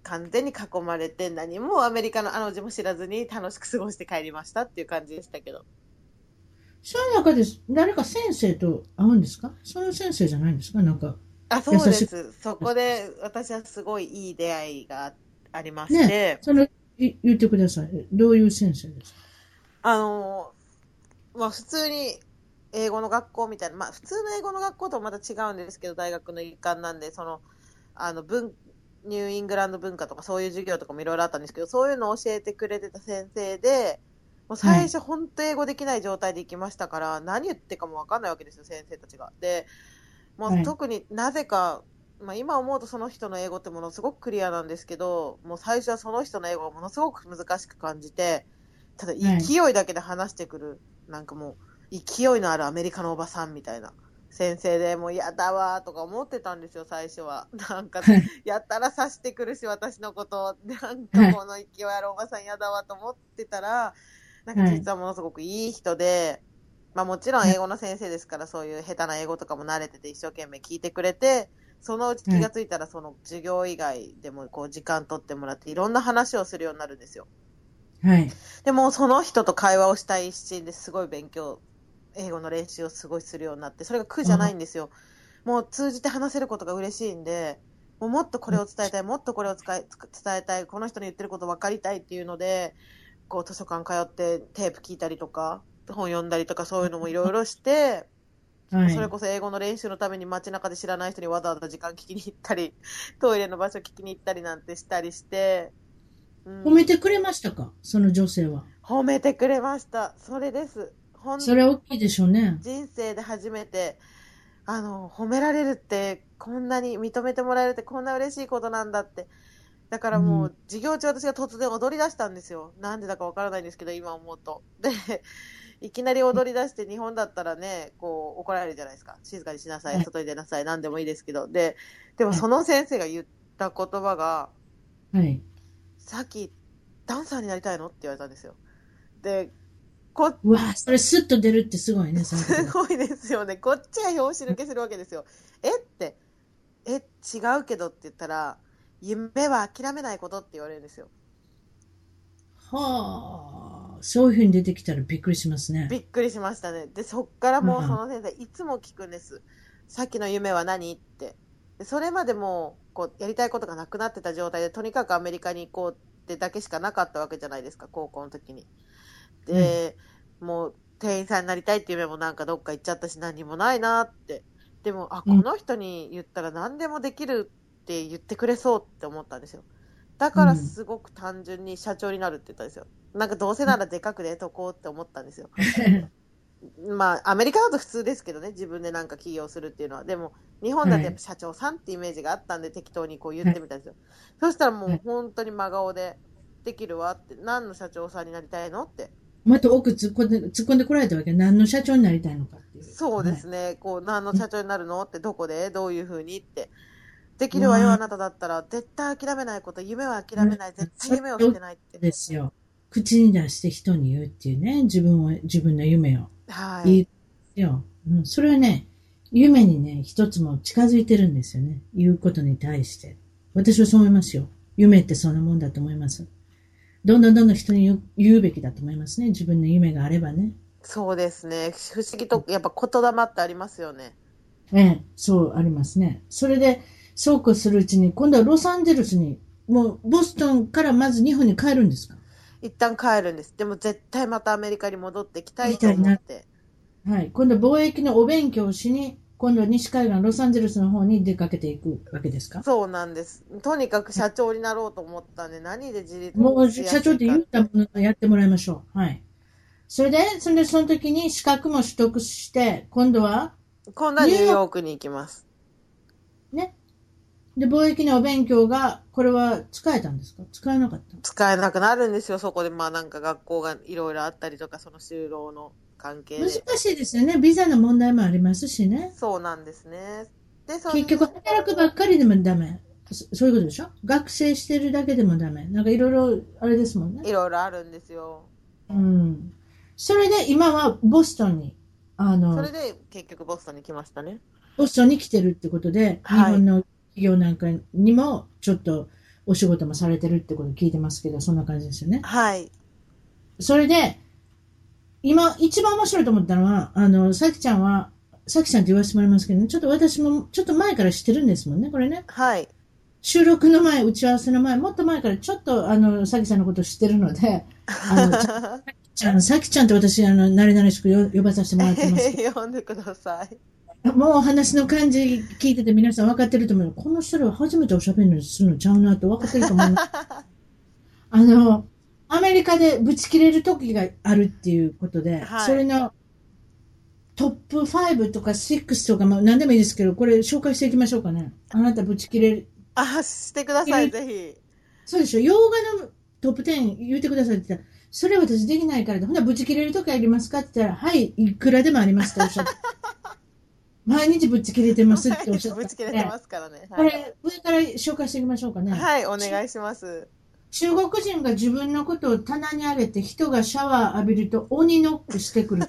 完全に囲まれて、何もアメリカのあの字も知らずに楽しく過ごして帰りましたっていう感じでしたけど。 その中で誰か先生と会うんですか？その先生じゃないんですか？なんか。 そうです。そこで私はすごいいい出会いがありまして。 ね、言ってください。どういう先生ですか？ まあ普通に英語の学校みたいな、まあ普通の英語の学校とはまた違うんですけど、大学の一環なんで、ニューイングランド文化とかそういう授業とかもいろいろあったんですけど、そういうのを教えてくれてた先生で、もう最初本当英語できない状態で行きましたから、何言ってかもわかんないわけですよ、先生たちが。で、もう特になぜか、まあ今思うとその人の英語ってものすごくクリアなんですけど、もう最初はその人の英語がものすごく難しく感じて、ただ勢いだけで話してくる、なんかもう勢いのあるアメリカのおばさんみたいな先生で、もうやだわーとか思ってたんですよ、最初は。なんか、やったら刺してくるし、私のこと。なんかこの勢いあるおばさんやだわと思ってたら、なんか実はものすごくいい人で、まあもちろん英語の先生ですから、そういう下手な英語とかも慣れてて一生懸命聞いてくれて、そのうち気がついたらその授業以外でもこう時間取ってもらっていろんな話をするようになるんですよ。 はい。 でもその人と会話をしたい一心ですごい英語の練習をすごいするようになって、それが苦じゃないんですよ。もう通じて話せることが嬉しいんで、もっとこれを伝えたい、もっとこれを伝えたい、この人の言ってること分かりたいっていうので、こう図書館通ってテープ聞いたりとか、本読んだりとかそういうのもいろいろして、はい、それこそ英語の練習のために街中で知らない人にわざわざ時間聞きに行ったり、トイレの場所聞きに行ったりなんてしたりして、 褒めてくれましたか？その女性は。 褒めてくれました。それです。 それは大きいでしょうね。 人生で初めて、褒められるって、こんなに認めてもらえるってこんな嬉しいことなんだって。だからもう、授業中私が突然踊り出したんですよ。なんでだかわからないんですけど、今思うと。で、いきなり踊り出して、日本だったらね、こう、怒られるじゃないですか。静かにしなさい、外に出なさい、なんでもいいですけど。でもその先生が言った言葉が、 はい。 さっき、ダンサーになりたいのって言われたんですよ。で、 うわぁ、それスッと出るってすごいね、 すごいですよね。こっちは拍子抜けするわけですよ。違うけどって言ったら、夢は諦めないことって言われるんですよ。 はあ、そういう風に出てきたらびっくりしますね。 びっくりしましたね。で、そっからもうその先生、いつも聞くんです。さっきの夢は何って。でそれまでも、こう、やりたいことがなくなってた状態で、とにかくアメリカに行こうってだけしかなかったわけじゃないですか、高校の時に。で、もう、店員さんになりたいっていう夢もなんかどっか行っちゃったし何もないなって。でも、この人に言ったら何でもできるって言ってくれそうって思ったんですよ。だからすごく単純に社長になるって言ったんですよ。なんかどうせならでかく出とこうって思ったんですよ。まあ、アメリカだと普通ですけどね、自分でなんか起業するっていうのは。でも、日本だとやっぱ社長さんってイメージがあったんで適当にこう言ってみたんですよ。そしたらもう本当に真顔で、できるわって、何の社長さんになりたいのって。 また奥突っ込んでこられたわけ。何の社長になりたいのかっていう。 そうですね。こう、何の社長になるのって、どこでどういう風にって。できるわよ、あなただったら。絶対諦めないこと、夢は諦めない。絶対夢を捨てないって。 ですよ。口に出して人に言うっていうね。自分の夢を。 はい。 いいよ。それはね、夢にね、一つも近づいてるんですよね。言うことに対して。私はそう思いますよ。夢ってそんなもんだと思います。どんどん人に言うべきだと思いますね。自分の夢があればね。 そうですね。不思議と、やっぱ言霊ってありますよね。 そうありますね。それで、そうこうするうちに、今度はロサンゼルスに、もうボストンからまず日本に帰るんですか？ 一旦帰るんです。でも絶対またアメリカに戻ってきたいと思って。 はい。今度は貿易のお勉強をしに、今度は西海岸ロサンゼルスの方に出かけていくわけですか？ そうなんです。とにかく社長になろうと思ったんで、何で自立もう社長って言ったものをやってもらいましょう。はい。それでその時に資格も取得して、今度はニューヨークに行きます。 ね。で、貿易のお勉強が、これは使えたんですか？使えなかった？ 使えなくなるんですよ、そこで。まあなんか学校がいろいろあったりとか、その就労の関係で。 難しいですよね。ビザの問題もありますしね。 そうなんですね。で、 結局働くばっかりでもダメ。そういうことでしょ？学生してるだけでもダメ。なんかいろいろあれですもんね。 いろいろあるんですよ。 それで今はボストンに、 それで結局ボストンに来ましたね。 ボストンに来てるってことで、日本の企業なんかにもちょっとお仕事もされてるってことを聞いてますけど、そんな感じですよね。 はい。 それで、今、一番面白いと思ったのは、さきちゃんは、さきちゃんって言わせてもらいますけど、ね、ちょっと私も、ちょっと前から知ってるんですもんね、これね。 はい。 収録の前、打ち合わせの前、もっと前からちょっと、さきさんのことを知ってるので、さきちゃんと私、慣れ慣れしく呼ばさせてもらってますけ呼んでください。 ど。もう話の感じ聞いてて皆さん分かってると思う。この人らは初めておしゃべりするのちゃうなと分かってると思う。アメリカでブチ切れる時があるっていうことで、 はい、 それのトップ5とか6とか、まあ、何でもいいですけど、これ紹介していきましょうかね。あなたブチ切れる。 してください、ぜひ。 そうでしょ。洋画のトップ10言ってくださいって言ったら、それ私できないから、ほんならブチ切れる時ありますかって言ったら、はい、いくらでもありますとおっしゃって。毎日ぶち切れてますっておっしゃって。 ぶち切れてますからね。 はい、これ、上から紹介していきましょうかね。 はい、お願いします。 中国人が自分のことを棚に上げて、人がシャワー浴びると鬼ノックしてくる。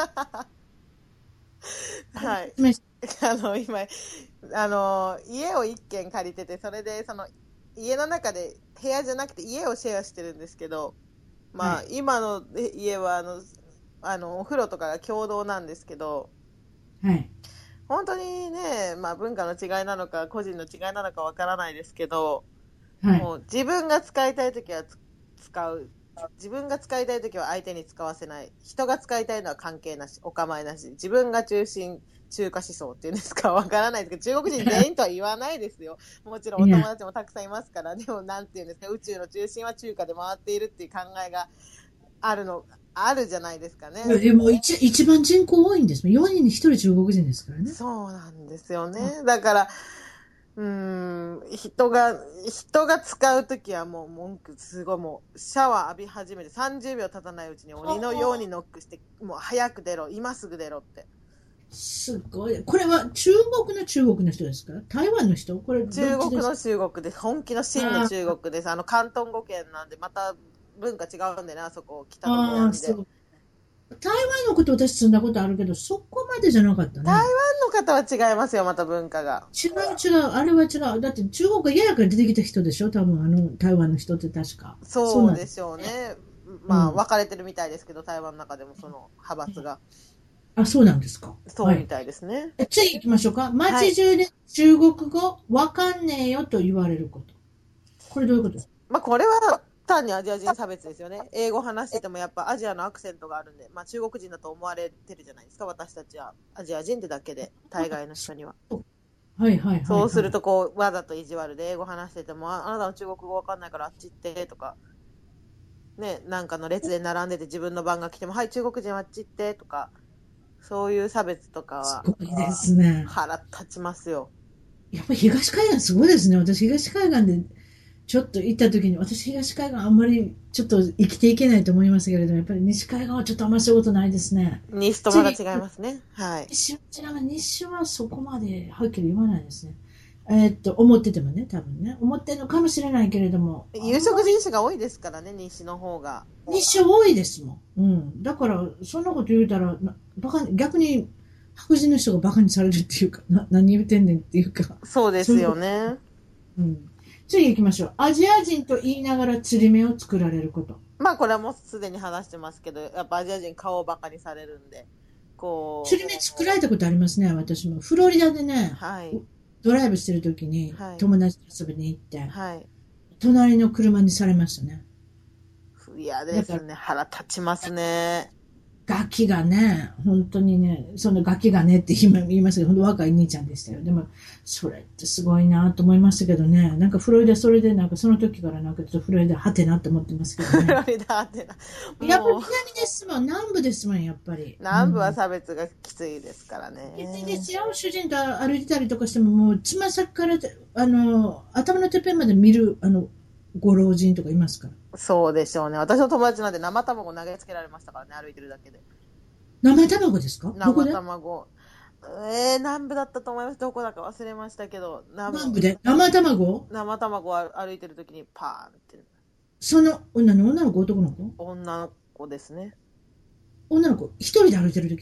はい。今、家を一軒借りてて、それで、家の中で、部屋じゃなくて家をシェアしてるんですけど、まあ、はい、今の家は、お風呂とかが共同なんですけど、 はい。 本当にね、まあ、文化の違いなのか、個人の違いなのかわからないですけど、はい、もう自分が使いたいときは使う。自分が使いたいときは相手に使わせない。人が使いたいのは関係なし、お構いなし。自分が中華思想っていうんですかわからないですけど、中国人全員とは言わないですよ。もちろんお友達もたくさんいますから、でもなんていうんですか、宇宙の中心は中華で回っているっていう考えがあるじゃないですかね。 でも一番人口多いんですもん。4人に1人中国人ですからね。 そうなんですよね。だから、人が使うときはもう文句すごい、もうシャワー浴び始めて30秒経たないうちに鬼のようにノックして、もう早く出ろ、今すぐ出ろって。 すごい。これは中国の人ですか？台湾の人？これ中国の中国です。本気の真の中国です。広東語圏なんで、また文化違うんでね、あそこ北の方なんで。 台湾のこと私住んだことあるけど、そこまでじゃなかったね。 台湾の方は違いますよ、また文化が。 違う、あれは違う。だって中国が嫌やから出てきた人でしょ、多分台湾の人って確か。 そうでしょうね。まあ、分かれてるみたいですけど、台湾の中でもその派閥が。 あ、そうなんですか。 そうみたいですね。 はい、次行きましょうか。街中で中国語わかんねえよと言われること。これどういうことですか？ まあ、これは単にアジア人差別ですよね。英語話しててもやっぱアジアのアクセントがあるんで、まあ、中国人だと思われてるじゃないですか、私たちは。アジア人ってだけで、大概の人には。 はいはいはい。 そうするとこう、わざと意地悪で英語話してても、あなたの中国語わかんないからあっち行ってとか、ね、なんかの列で並んでて自分の番が来ても、はい、中国人はあっち行ってとか、そういう差別とかは、 すごいですね。 腹立ちますよ。 やっぱり東海岸すごいですね。私東海岸でちょっと行った時に、私東海岸あんまりちょっと生きていけないと思いますけれども、やっぱり西海岸はちょっとあんまりそういうことないですね。 西とまだ違いますね。はい。 西はそこまではっきり言わないですね。思っててもね、多分ね。思ってるのかもしれないけれども。 有色人種が多いですからね、西の方が。 西多いですもん。うん。だから、そんなこと言うたら、逆に白人の人がバカにされるっていうか、何言うてんねんっていうか。 そうですよね。 うん。次行きましょう。アジア人と言いながら釣り目を作られること。 まあこれはもうすでに話してますけど、やっぱアジア人顔をバカにされるんで、こう。 釣り目作られたことありますね、私も。フロリダでね、 はい、 ドライブしてる時に友達と遊びに行って、 はい、 隣の車にされましたね。 嫌ですね。腹立ちますね。 ガキがね、本当にね、そのガキがねって言いますけど、本当若い兄ちゃんでしたよ。でも、それってすごいなと思いましたけどね。なんかフロリダ、それでなんかその時からなんかちょっとフロリダはてなって思ってますけどね。 フロリダはてな。 やっぱり南ですもん、南部ですもん、やっぱり。 南部は差別がきついですからね。 きついですよ。主人と歩いてたりとかしても、もうつま先から、頭のてっぺんまで見る、ご老人とかいますから。 そうでしょうね。私の友達なんで生卵投げつけられましたからね、歩いてるだけで。 生卵ですか？ 生卵。南部だったと思います。どこだか忘れましたけど。 南部で生卵を歩いてるときにパーンって。 その女の子、男の子？ 女の子ですね。 女の子、一人で歩いてるとき？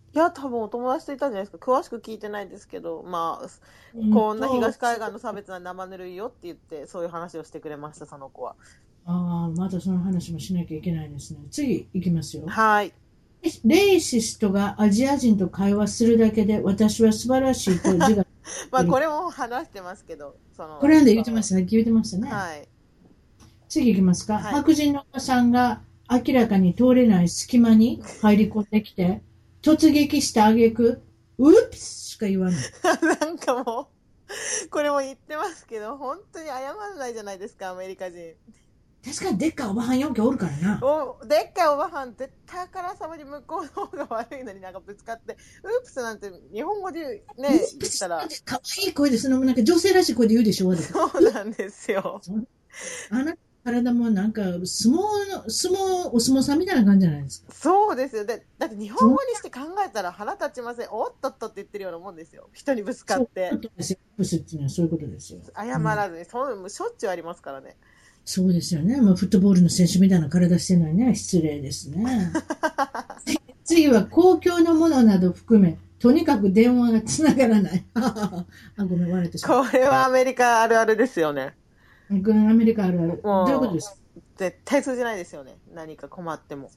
いや、多分お友達といたんじゃないですか。詳しく聞いてないですけど、まあ、こんな東海岸の差別な生ぬるいよって言って、そういう話をしてくれました、その子は。 ああ、またその話もしなきゃいけないですね。次行きますよ。 はい。 レイシストがアジア人と会話するだけで私は素晴らしいと自我まあ、これも話してますけど、 これなんで言ってました、さっき言ってましたね。 はい。 次行きますか。 はい、 白人のおばさんが明らかに通れない隙間に入り込んできて、突撃した挙句、ウップスしか言わない。 なんかもう、これも言ってますけど、本当に謝らないじゃないですか、アメリカ人。 確かにでっかいおばはん4件おるからな。 でっかいおばはん、絶対あからさまに向こうの方が悪いのになんかぶつかって、ウープスなんて日本語でね、言ったら。 かわいい声で、なんか女性らしい声で言うでしょ。 そうなんですよ。 あなた体もなんかお相撲さんみたいな感じじゃないですか。 そうですよ。だって日本語にして考えたら腹立ちません。おっとっとって言ってるようなもんですよ。人にぶつかって。 そういうことですよ。 謝らずに、もうしょっちゅうありますからね。 そうですよね。もうフットボールの選手みたいな体してるのにね、失礼ですね。次は公共のものなど含め、とにかく電話がつながらない。あ、ごめん、割れてしまった。 これはアメリカあるあるですよね。 アメリカあるある。どういうことですか？ 絶対通じないですよね。何か困っても。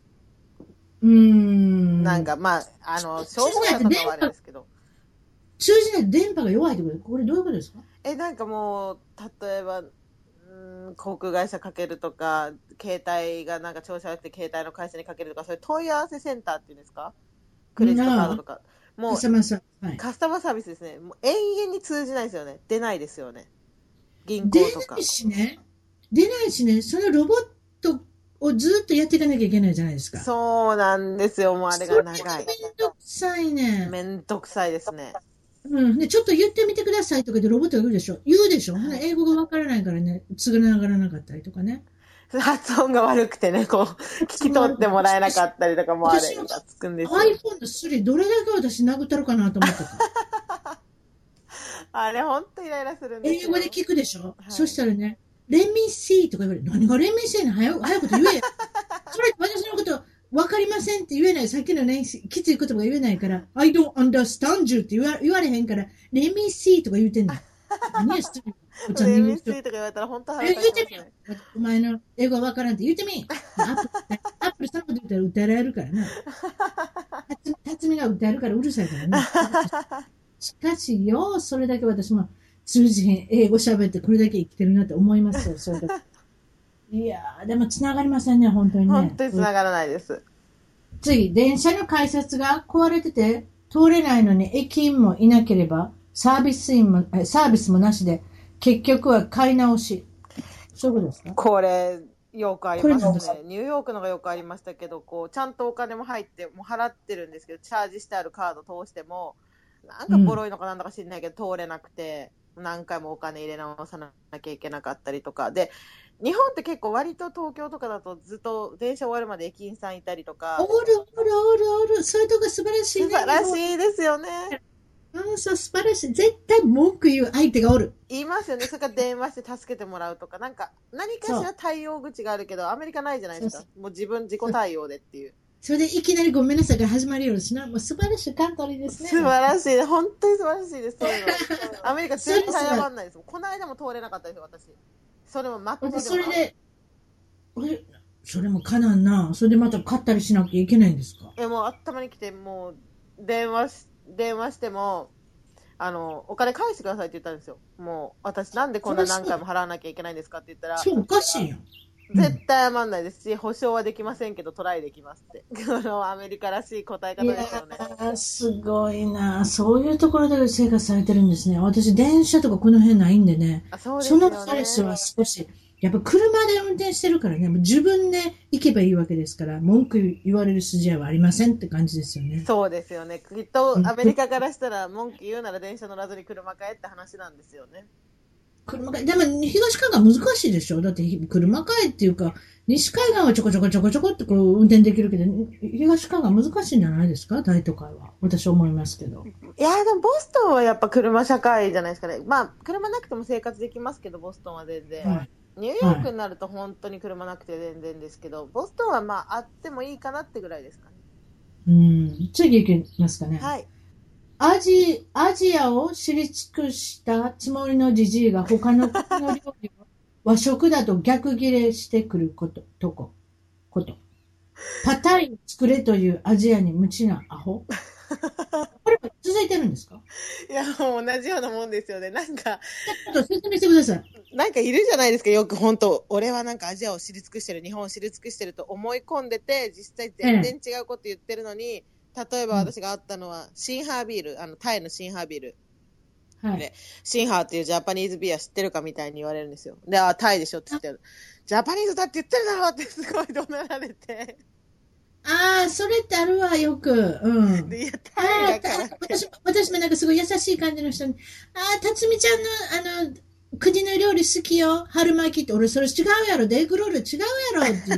なんか、まあ、消防車とかはあれですけど。 通じない電波が弱いってこと？これどういうことですか？ なんかもう、例えば、航空会社かけるとか、携帯がなんか調子悪くて携帯の会社にかけるとか、そういう問い合わせセンターっていうんですか？クレジットカードとか。もう、カスタマーサービスですね。もう永遠に通じないですよね。出ないですよね。銀行とか。 出ないしね、そのロボットをずっとやっていかなきゃいけないじゃないですか。 そうなんですよ、もうあれが長い。 めんどくさいね。 めんどくさいですね。 で、ちょっと言ってみてくださいとかでロボットが言うでしょ。英語がわからないからね、つながらなかったりとかね。 発音が悪くてね、こう、聞き取ってもらえなかったりとかもあれがつくんですよ。 iPhone のスリどれだけ私殴ったるかなと思ってた。 あれ、ほんとイライラするんですよ。 英語で聞くでしょ。はい、そしたらね、Let me see とか言われる。何が Let me see の早く言え。それ私のこと分かりませんって言えない。さっきのね、きつい言葉が言えないから、I don't understand you って言われへんから、Let me see とか言うてんの。何や、 Let me see とか言われたら本当腹立ちますね。 言うてみよ。お前の英語分からんって言うてみ。アップルさんこと言ったら歌えられるからな。辰巳が歌えるからうるさいからね。しかしよ、それだけ私も通じへん英語喋ってこれだけ生きてるなって思いますよ。それいやー、でも繋がりませんね、本当にね。 本当に繋がらないです。 次、電車の改札が壊れてて通れないのに駅員もいなければサービスもなしで結局は買い直し。そういうことですか？ これ、よくありますね。ニューヨークのがよくありましたけど、こう、ちゃんとお金も入って、もう払ってるんですけど、チャージしてあるカード通しても、なんかボロいのかなんだか知んないけど、通れなくて、何回もお金入れ直さなきゃいけなかったりとか。で、日本って結構割と東京とかだとずっと電車終わるまで駅員さんいたりとか。 おる。そういうとこ素晴らしいね。 素晴らしいですよね。 そう、素晴らしい。絶対文句言う相手がおる。 言いますよね。それから電話して助けてもらうとか、なんか、何かしら対応口があるけど、アメリカないじゃないですか。もう自己対応でっていう。 それでいきなりごめんなさいから始まるようしな。もう素晴らしいカントリーですね。 素晴らしい。本当に素晴らしいです。そういうの。アメリカ絶対謝んないですもん。この間も通れなかったですよ、私。それもマックでも。 それもかなんな。それでまた買ったりしなきゃいけないんですか？ もう頭に来て、もう、電話しても、お金返してくださいって言ったんですよ。もう、私なんでこんな何回も払わなきゃいけないんですかって言ったら。 そう、おかしいよ。 絶対謝んないですし、保証はできませんけど、トライできますって。アメリカらしい答え方ですよね。 すごいな。そういうところで生活されてるんですね。私、電車とかこの辺ないんでね。 そうですよね。 そのストレスは少し、やっぱ車で運転してるからね、自分で行けばいいわけですから、文句言われる筋合いはありませんって感じですよね。 そうですよね。きっとアメリカからしたら文句言うなら電車乗らずに車買えって話なんですよね。 でも東海岸難しいでしょ。だって車買えっていうか、西海岸はちょこちょこってこう運転できるけど、東海岸難しいんじゃないですか、大都会は。私は思いますけど。 いやでもボストンはやっぱ車社会じゃないですかね。まあ車なくても生活できますけど、ボストンは全然。はい、ニューヨークになると本当に車なくて全然ですけど、ボストンはまああってもいいかなってぐらいですかね。 次行きますかね。 はい。 アジアを知り尽くしたつもりのジジイが他の国の料理を和食だと逆ギレしてくること。パタイを作れというアジアに無知なアホ。これは続いてるんですか？ いや、もう同じようなもんですよね。なんか、 ちょっと説明してください。 なんかいるじゃないですか、よく本当、俺はなんかアジアを知り尽くしてる、日本を知り尽くしてると思い込んでて、実際全然違うこと言ってるのに、例えば私があったのは、シンハービール、タイのシンハービール。 はい。 で、シンハーっていうジャパニーズビア知ってるかみたいに言われるんですよ。で、タイでしょって言ってる。ジャパニーズだって言ってるだろってすごい怒鳴られて。 ああ、それってあるわ、よく。うん。 で、いや、タイだからって。 私もなんかすごい優しい感じの人に、辰巳ちゃんの、国の料理好きよ。春巻きって、俺それ違うやろ。デイグロール違うやろ。って言って。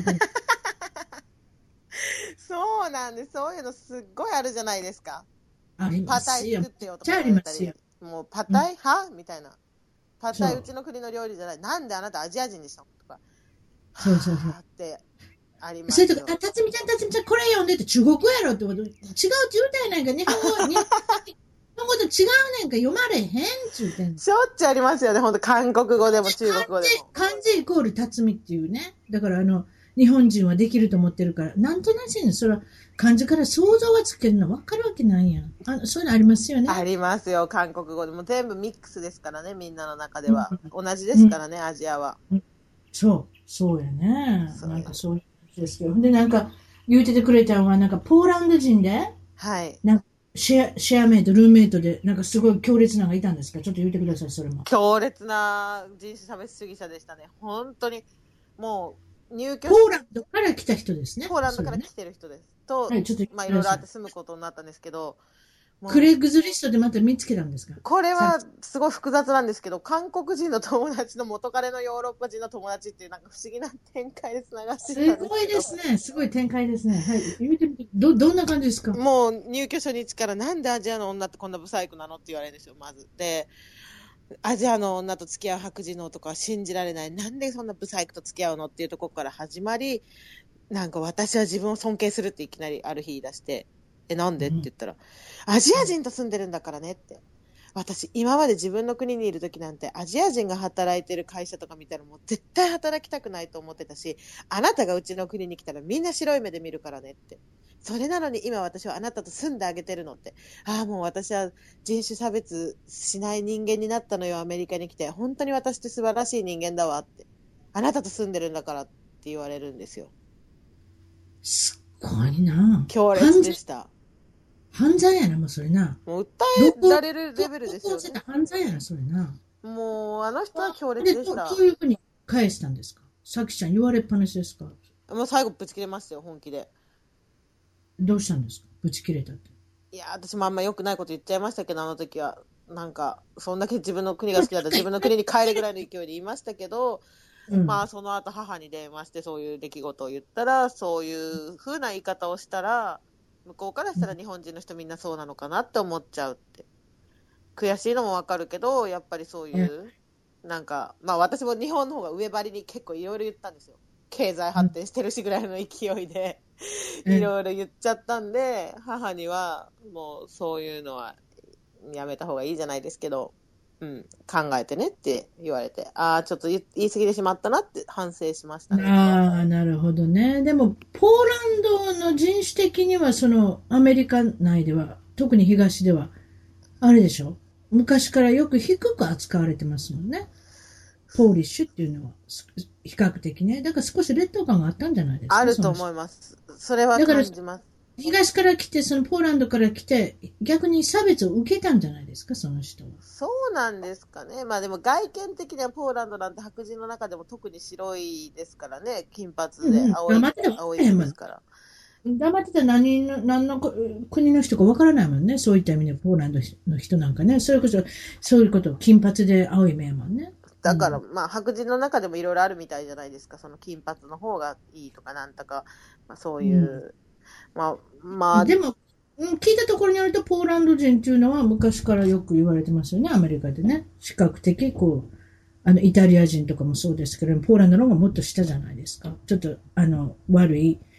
そうなんです。そういうのすっごいあるじゃないですか。 ありまパタすよ。 イ作ってよとじゃあか言われたりありますよ。。 もうパタイはみたいな。パタイそううちの国の料理じゃない。なんであなたアジア人でしょとか。 そうそうそうはーってありますよ。 それとか、辰巳ちゃん、これ読んでって中国やろってこと、違うって言うたやないか、日本語と違うねんか、読まれへんって言ってんの。 しょっちゅうありますよね。ほんと韓国語でも中国語でも。 漢字イコール辰巳っていうね。だから日本人はできると思ってるから、なんとなしに、それは漢字から想像がつけるの分かるわけないやん。そういうのありますよね。 ありますよ。韓国語でも全部ミックスですからね。みんなの中では。同じですからね、アジアは。 そうやね。 そうなんかそういう話ですけど。で、なんか言うててくれたのは、なんかポーランド人で、 はい。 なんかシェアメイト、ルームメイトで、なんかすごい強烈なのがいたんですか？ちょっと言ってください、それも。 強烈な人種差別主義者でしたね。本当に。もう、入居ポーランドから来た人ですね。 ポーランドから来てる人です。と、 はい、ちょっとまあいろいろあって住むことになったんですけど、 クレッグズリストでまた見つけたんですか？ これはすごい複雑なんですけど、韓国人の友達の元彼のヨーロッパ人の友達っていうなんか不思議な展開で繋がってたんですけど。 すごいですね。すごい展開ですね。はい。言ってみて、どんな感じですか？ もう入居初日からなんでアジアの女ってこんなブサイクなのって言われるんですよ、まず。で、アジアの女と付き合う白人の男は信じられない。なんでそんなブサイクと付き合うのっていうところから始まり、なんか私は自分を尊敬するっていきなりある日言い出して、なんでって言ったら、アジア人と住んでるんだからねって。私、今まで自分の国にいる時なんて、アジア人が働いてる会社とか見たらもう絶対働きたくないと思ってたし、あなたがうちの国に来たらみんな白い目で見るからねって。それなのに今私はあなたと住んであげてるのって。もう私は人種差別しない人間になったのよ、アメリカに来て。本当に私って素晴らしい人間だわって。あなたと住んでるんだからって言われるんですよ。 すっごいな。 強烈でした。 犯罪やな、もうそれな。 もう訴えられるレベルですよね。 犯罪やな、それな。 もう、あの人は強烈でした。 そういうふうに返したんですか？さきちゃん言われっぱなしですか？ もう最後ぶち切れましたよ、本気で。 どうしたんですか？ぶち切れたって。 いや、私もあんま良くないこと言っちゃいましたけど、あの時は。なんか、そんだけ自分の国が好きだったら自分の国に帰るぐらいの勢いで言いましたけど、まあその後母に電話してそういう出来事を言ったら、そういう風な言い方をしたら、向こうからしたら日本人の人みんなそうなのかなって思っちゃうって。悔しいのもわかるけど、やっぱりそういう、なんか、まあ私も日本の方が上張りに結構いろいろ言ったんですよ。経済発展してるしぐらいの勢いで、いろいろ言っちゃったんで、母にはもうそういうのはやめた方がいいじゃないですけど、考えてねって言われて、ちょっと言い過ぎてしまったなって反省しましたね。 なるほどね。でも、ポーランドの人種的には、アメリカ内では、特に東では、あれでしょ？昔からよく低く扱われてますもんね。ポーリッシュっていうのは、比較的ね。だから少し劣等感があったんじゃないですか？ あると思います。それは感じます。 東から来て、ポーランドから来て、逆に差別を受けたんじゃないですか、その人は。 そうなんですかね。まあでも外見的にはポーランドなんて白人の中でも特に白いですからね。金髪で青いですから。 黙ってたら何の国の人かわからないもんね。そういった意味でポーランドの人なんかね。それこそ、そういうこと、金髪で青い目やもんね。 だから、まあ白人の中でもいろいろあるみたいじゃないですか。その金髪の方がいいとかなんとか、まあそういう。でも、聞いたところによると、ポーランド人っていうのは昔からよく言われてますよね、アメリカでね。比較的、イタリア人とかもそうですけど、ポーランドの方がもっと下じゃないですか。ちょっと、悪い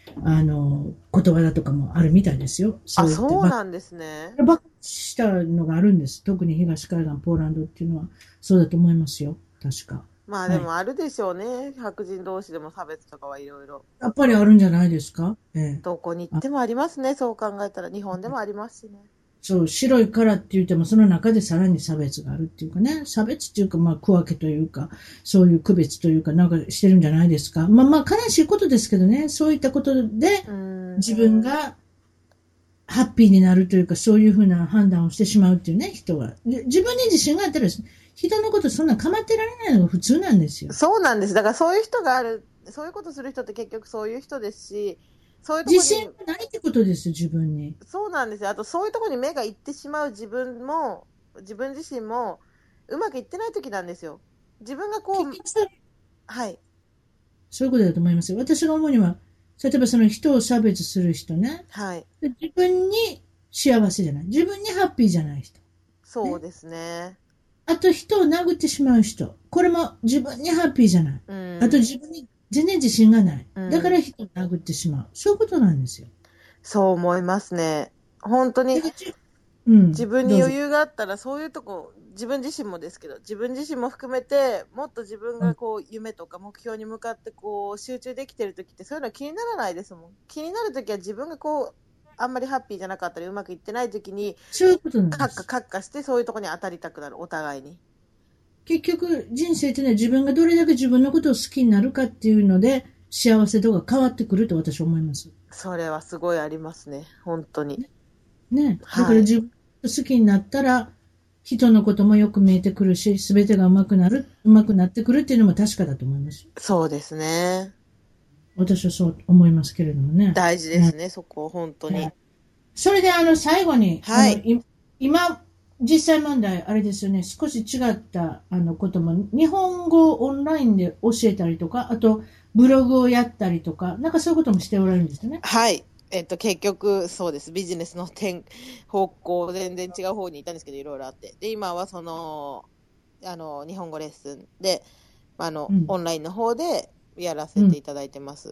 言葉だとかもあるみたいですよ。 あ、そうなんですね。 爆発したのがあるんです。特に東海岸、ポーランドっていうのは、そうだと思いますよ。確か。 まあでもあるでしょうね。白人同士でも差別とかはいろいろ。 やっぱりあるんじゃないですか。 どこに行ってもありますね。そう考えたら日本でもありますしね。 そう、白いからって言っても、その中でさらに差別があるっていうかね、差別っていうか、まあ、区分けというか、そういう区別というか、なんかしてるんじゃないですか。まあ、悲しいことですけどね、そういったことで、自分がハッピーになるというか、そういうふうな判断をしてしまうっていうね、人は。で自分に自信があったら、人のことそんな構ってられないのが普通なんですよ。 そうなんです。だからそういう人がある、そういうことする人って結局そういう人ですし、そういうところに自信がないってことですよ、自分に。 そうなんですよ。あとそういうところに目がいってしまう自分自身もうまくいってない時なんですよ。自分がこう、はい。 そういうことだと思いますよ。私が思うには、例えばその人を差別する人ね。 はい。 自分に幸せじゃない。自分にハッピーじゃない人。 そうですね。 あと人を殴ってしまう人。これも自分にハッピーじゃない。あと自分に全然自信がない。だから人を殴ってしまう。そういうことなんですよ。 そう思いますね。本当に。自分に余裕があったらそういうとこ、自分自身もですけど、自分自身も含めてもっと自分がこう夢とか目標に向かってこう集中できてる時ってそういうの気にならないですもん。気になる時は自分がこうあんまりハッピーじゃなかったりうまくいってない時にそういうことなんです。 カッカしてそういうとこに当たりたくなる、お互いに。 結局人生っていうのは自分がどれだけ自分のことを好きになるかっていうので幸せ度が変わってくると私は思います。 それはすごいありますね。本当に。 ね。だから自分好きになったら、人のこともよく見えてくるし、すべてが上手くなってくるっていうのも確かだと思います。 そうですね。 私はそう思いますけれどもね。 大事ですね、そこ、本当に。 それで最後に、 はい、 今、実際問題、あれですよね、少し違ったことも、日本語をオンラインで教えたりとか、あと、ブログをやったりとか、なんかそういうこともしておられるんですよね。 はい。結局、そうです。ビジネスの方向、全然違う方にいたんですけど、いろいろあって。で、今は日本語レッスンで、オンラインの方でやらせていただいてます。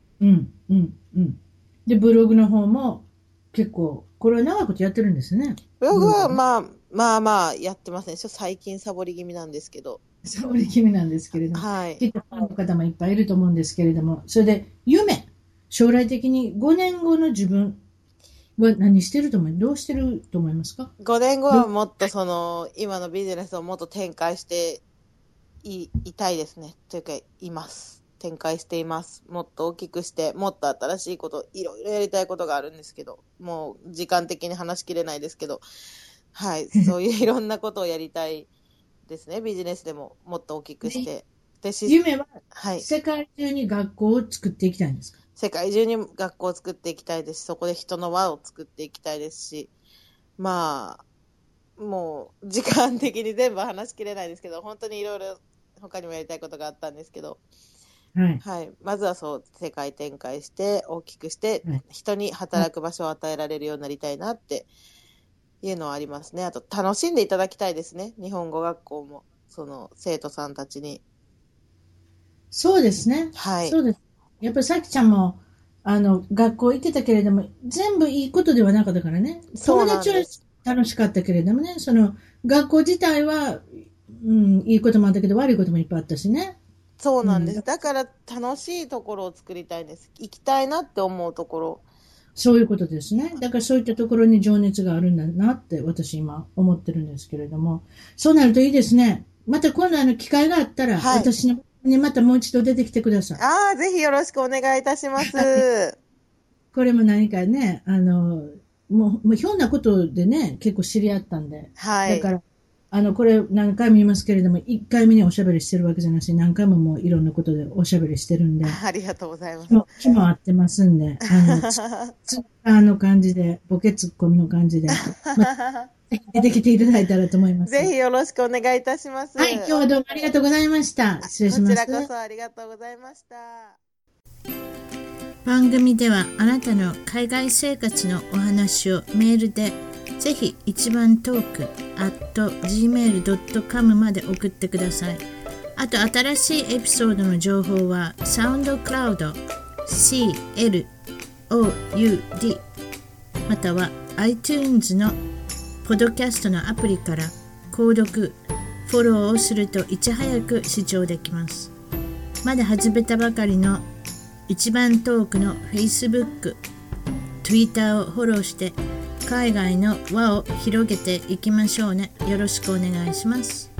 で、ブログの方も、結構、これは長いことやってるんですね。 ブログは、まあ、やってますね。最近サボり気味なんですけど。 サボり気味なんですけれども。 はい。 きっとファンの方もいっぱいいると思うんですけれども、それで、将来的に5年後の自分は何してると思います？どうしてると思いますか ？5年後はもっと今のビジネスをもっと展開していたいですね。というか、展開しています。もっと大きくして、もっと新しいこと、いろいろやりたいことがあるんですけど、もう時間的に話しきれないですけど、はい、そういういろんなことをやりたいですね。ビジネスでももっと大きくして。 夢は、世界中に学校を作っていきたいんですか？ 世界中に学校を作っていきたいですし、そこで人の輪を作っていきたいですし、まあ、もう時間的に全部話しきれないですけど、本当にいろいろ他にもやりたいことがあったんですけど、はい、まずは世界展開して大きくして、人に働く場所を与えられるようになりたいなっていうのはありますね。あと楽しんでいただきたいですね。日本語学校も生徒さんたちに。 そうですね。 はい。 そうです。やっぱりさきちゃんも学校行ってたけれども全部いいことではなかったからね。友達は楽しかったけれどもね、学校自体は、いいこともあったけど悪いこともいっぱいあったしね。 そうなんです。だから楽しいところを作りたいんです。行きたいなって思うところ。 そういうことですね。だからそういったところに情熱があるんだなって私今思ってるんですけれども、そうなるといいですね。また今度機会があったら、私のにまたもう一度出てきてください。 ああ、ぜひよろしくお願いいたします。 これも何かね、もうひょんなことでね、結構知り合ったんで。 はい。 だから、これ何回も言いますけれども、1回目におしゃべりしてるわけじゃなし、何回ももういろんなことでおしゃべりしてるんで。 ありがとうございます。 気も合ってますんで、の感じで、ボケツッコミの感じで、出てきていただいたらと思います。 ぜひよろしくお願いいたします。 はい、今日はどうもありがとうございました。失礼します。 こちらこそありがとうございました。 番組ではあなたの海外生活のお話をメールでぜひ一番トーク @gmail.com まで送ってください。あと新しいエピソードの情報はサウンドクラウド CLOUD POUD または iTunes のポッドキャストのアプリから購読、フォローをするといち早く視聴できます。まだ始めたばかりの一番トークの Facebook、Twitter をフォローして海外の輪を広げていきましょうね。よろしくお願いします。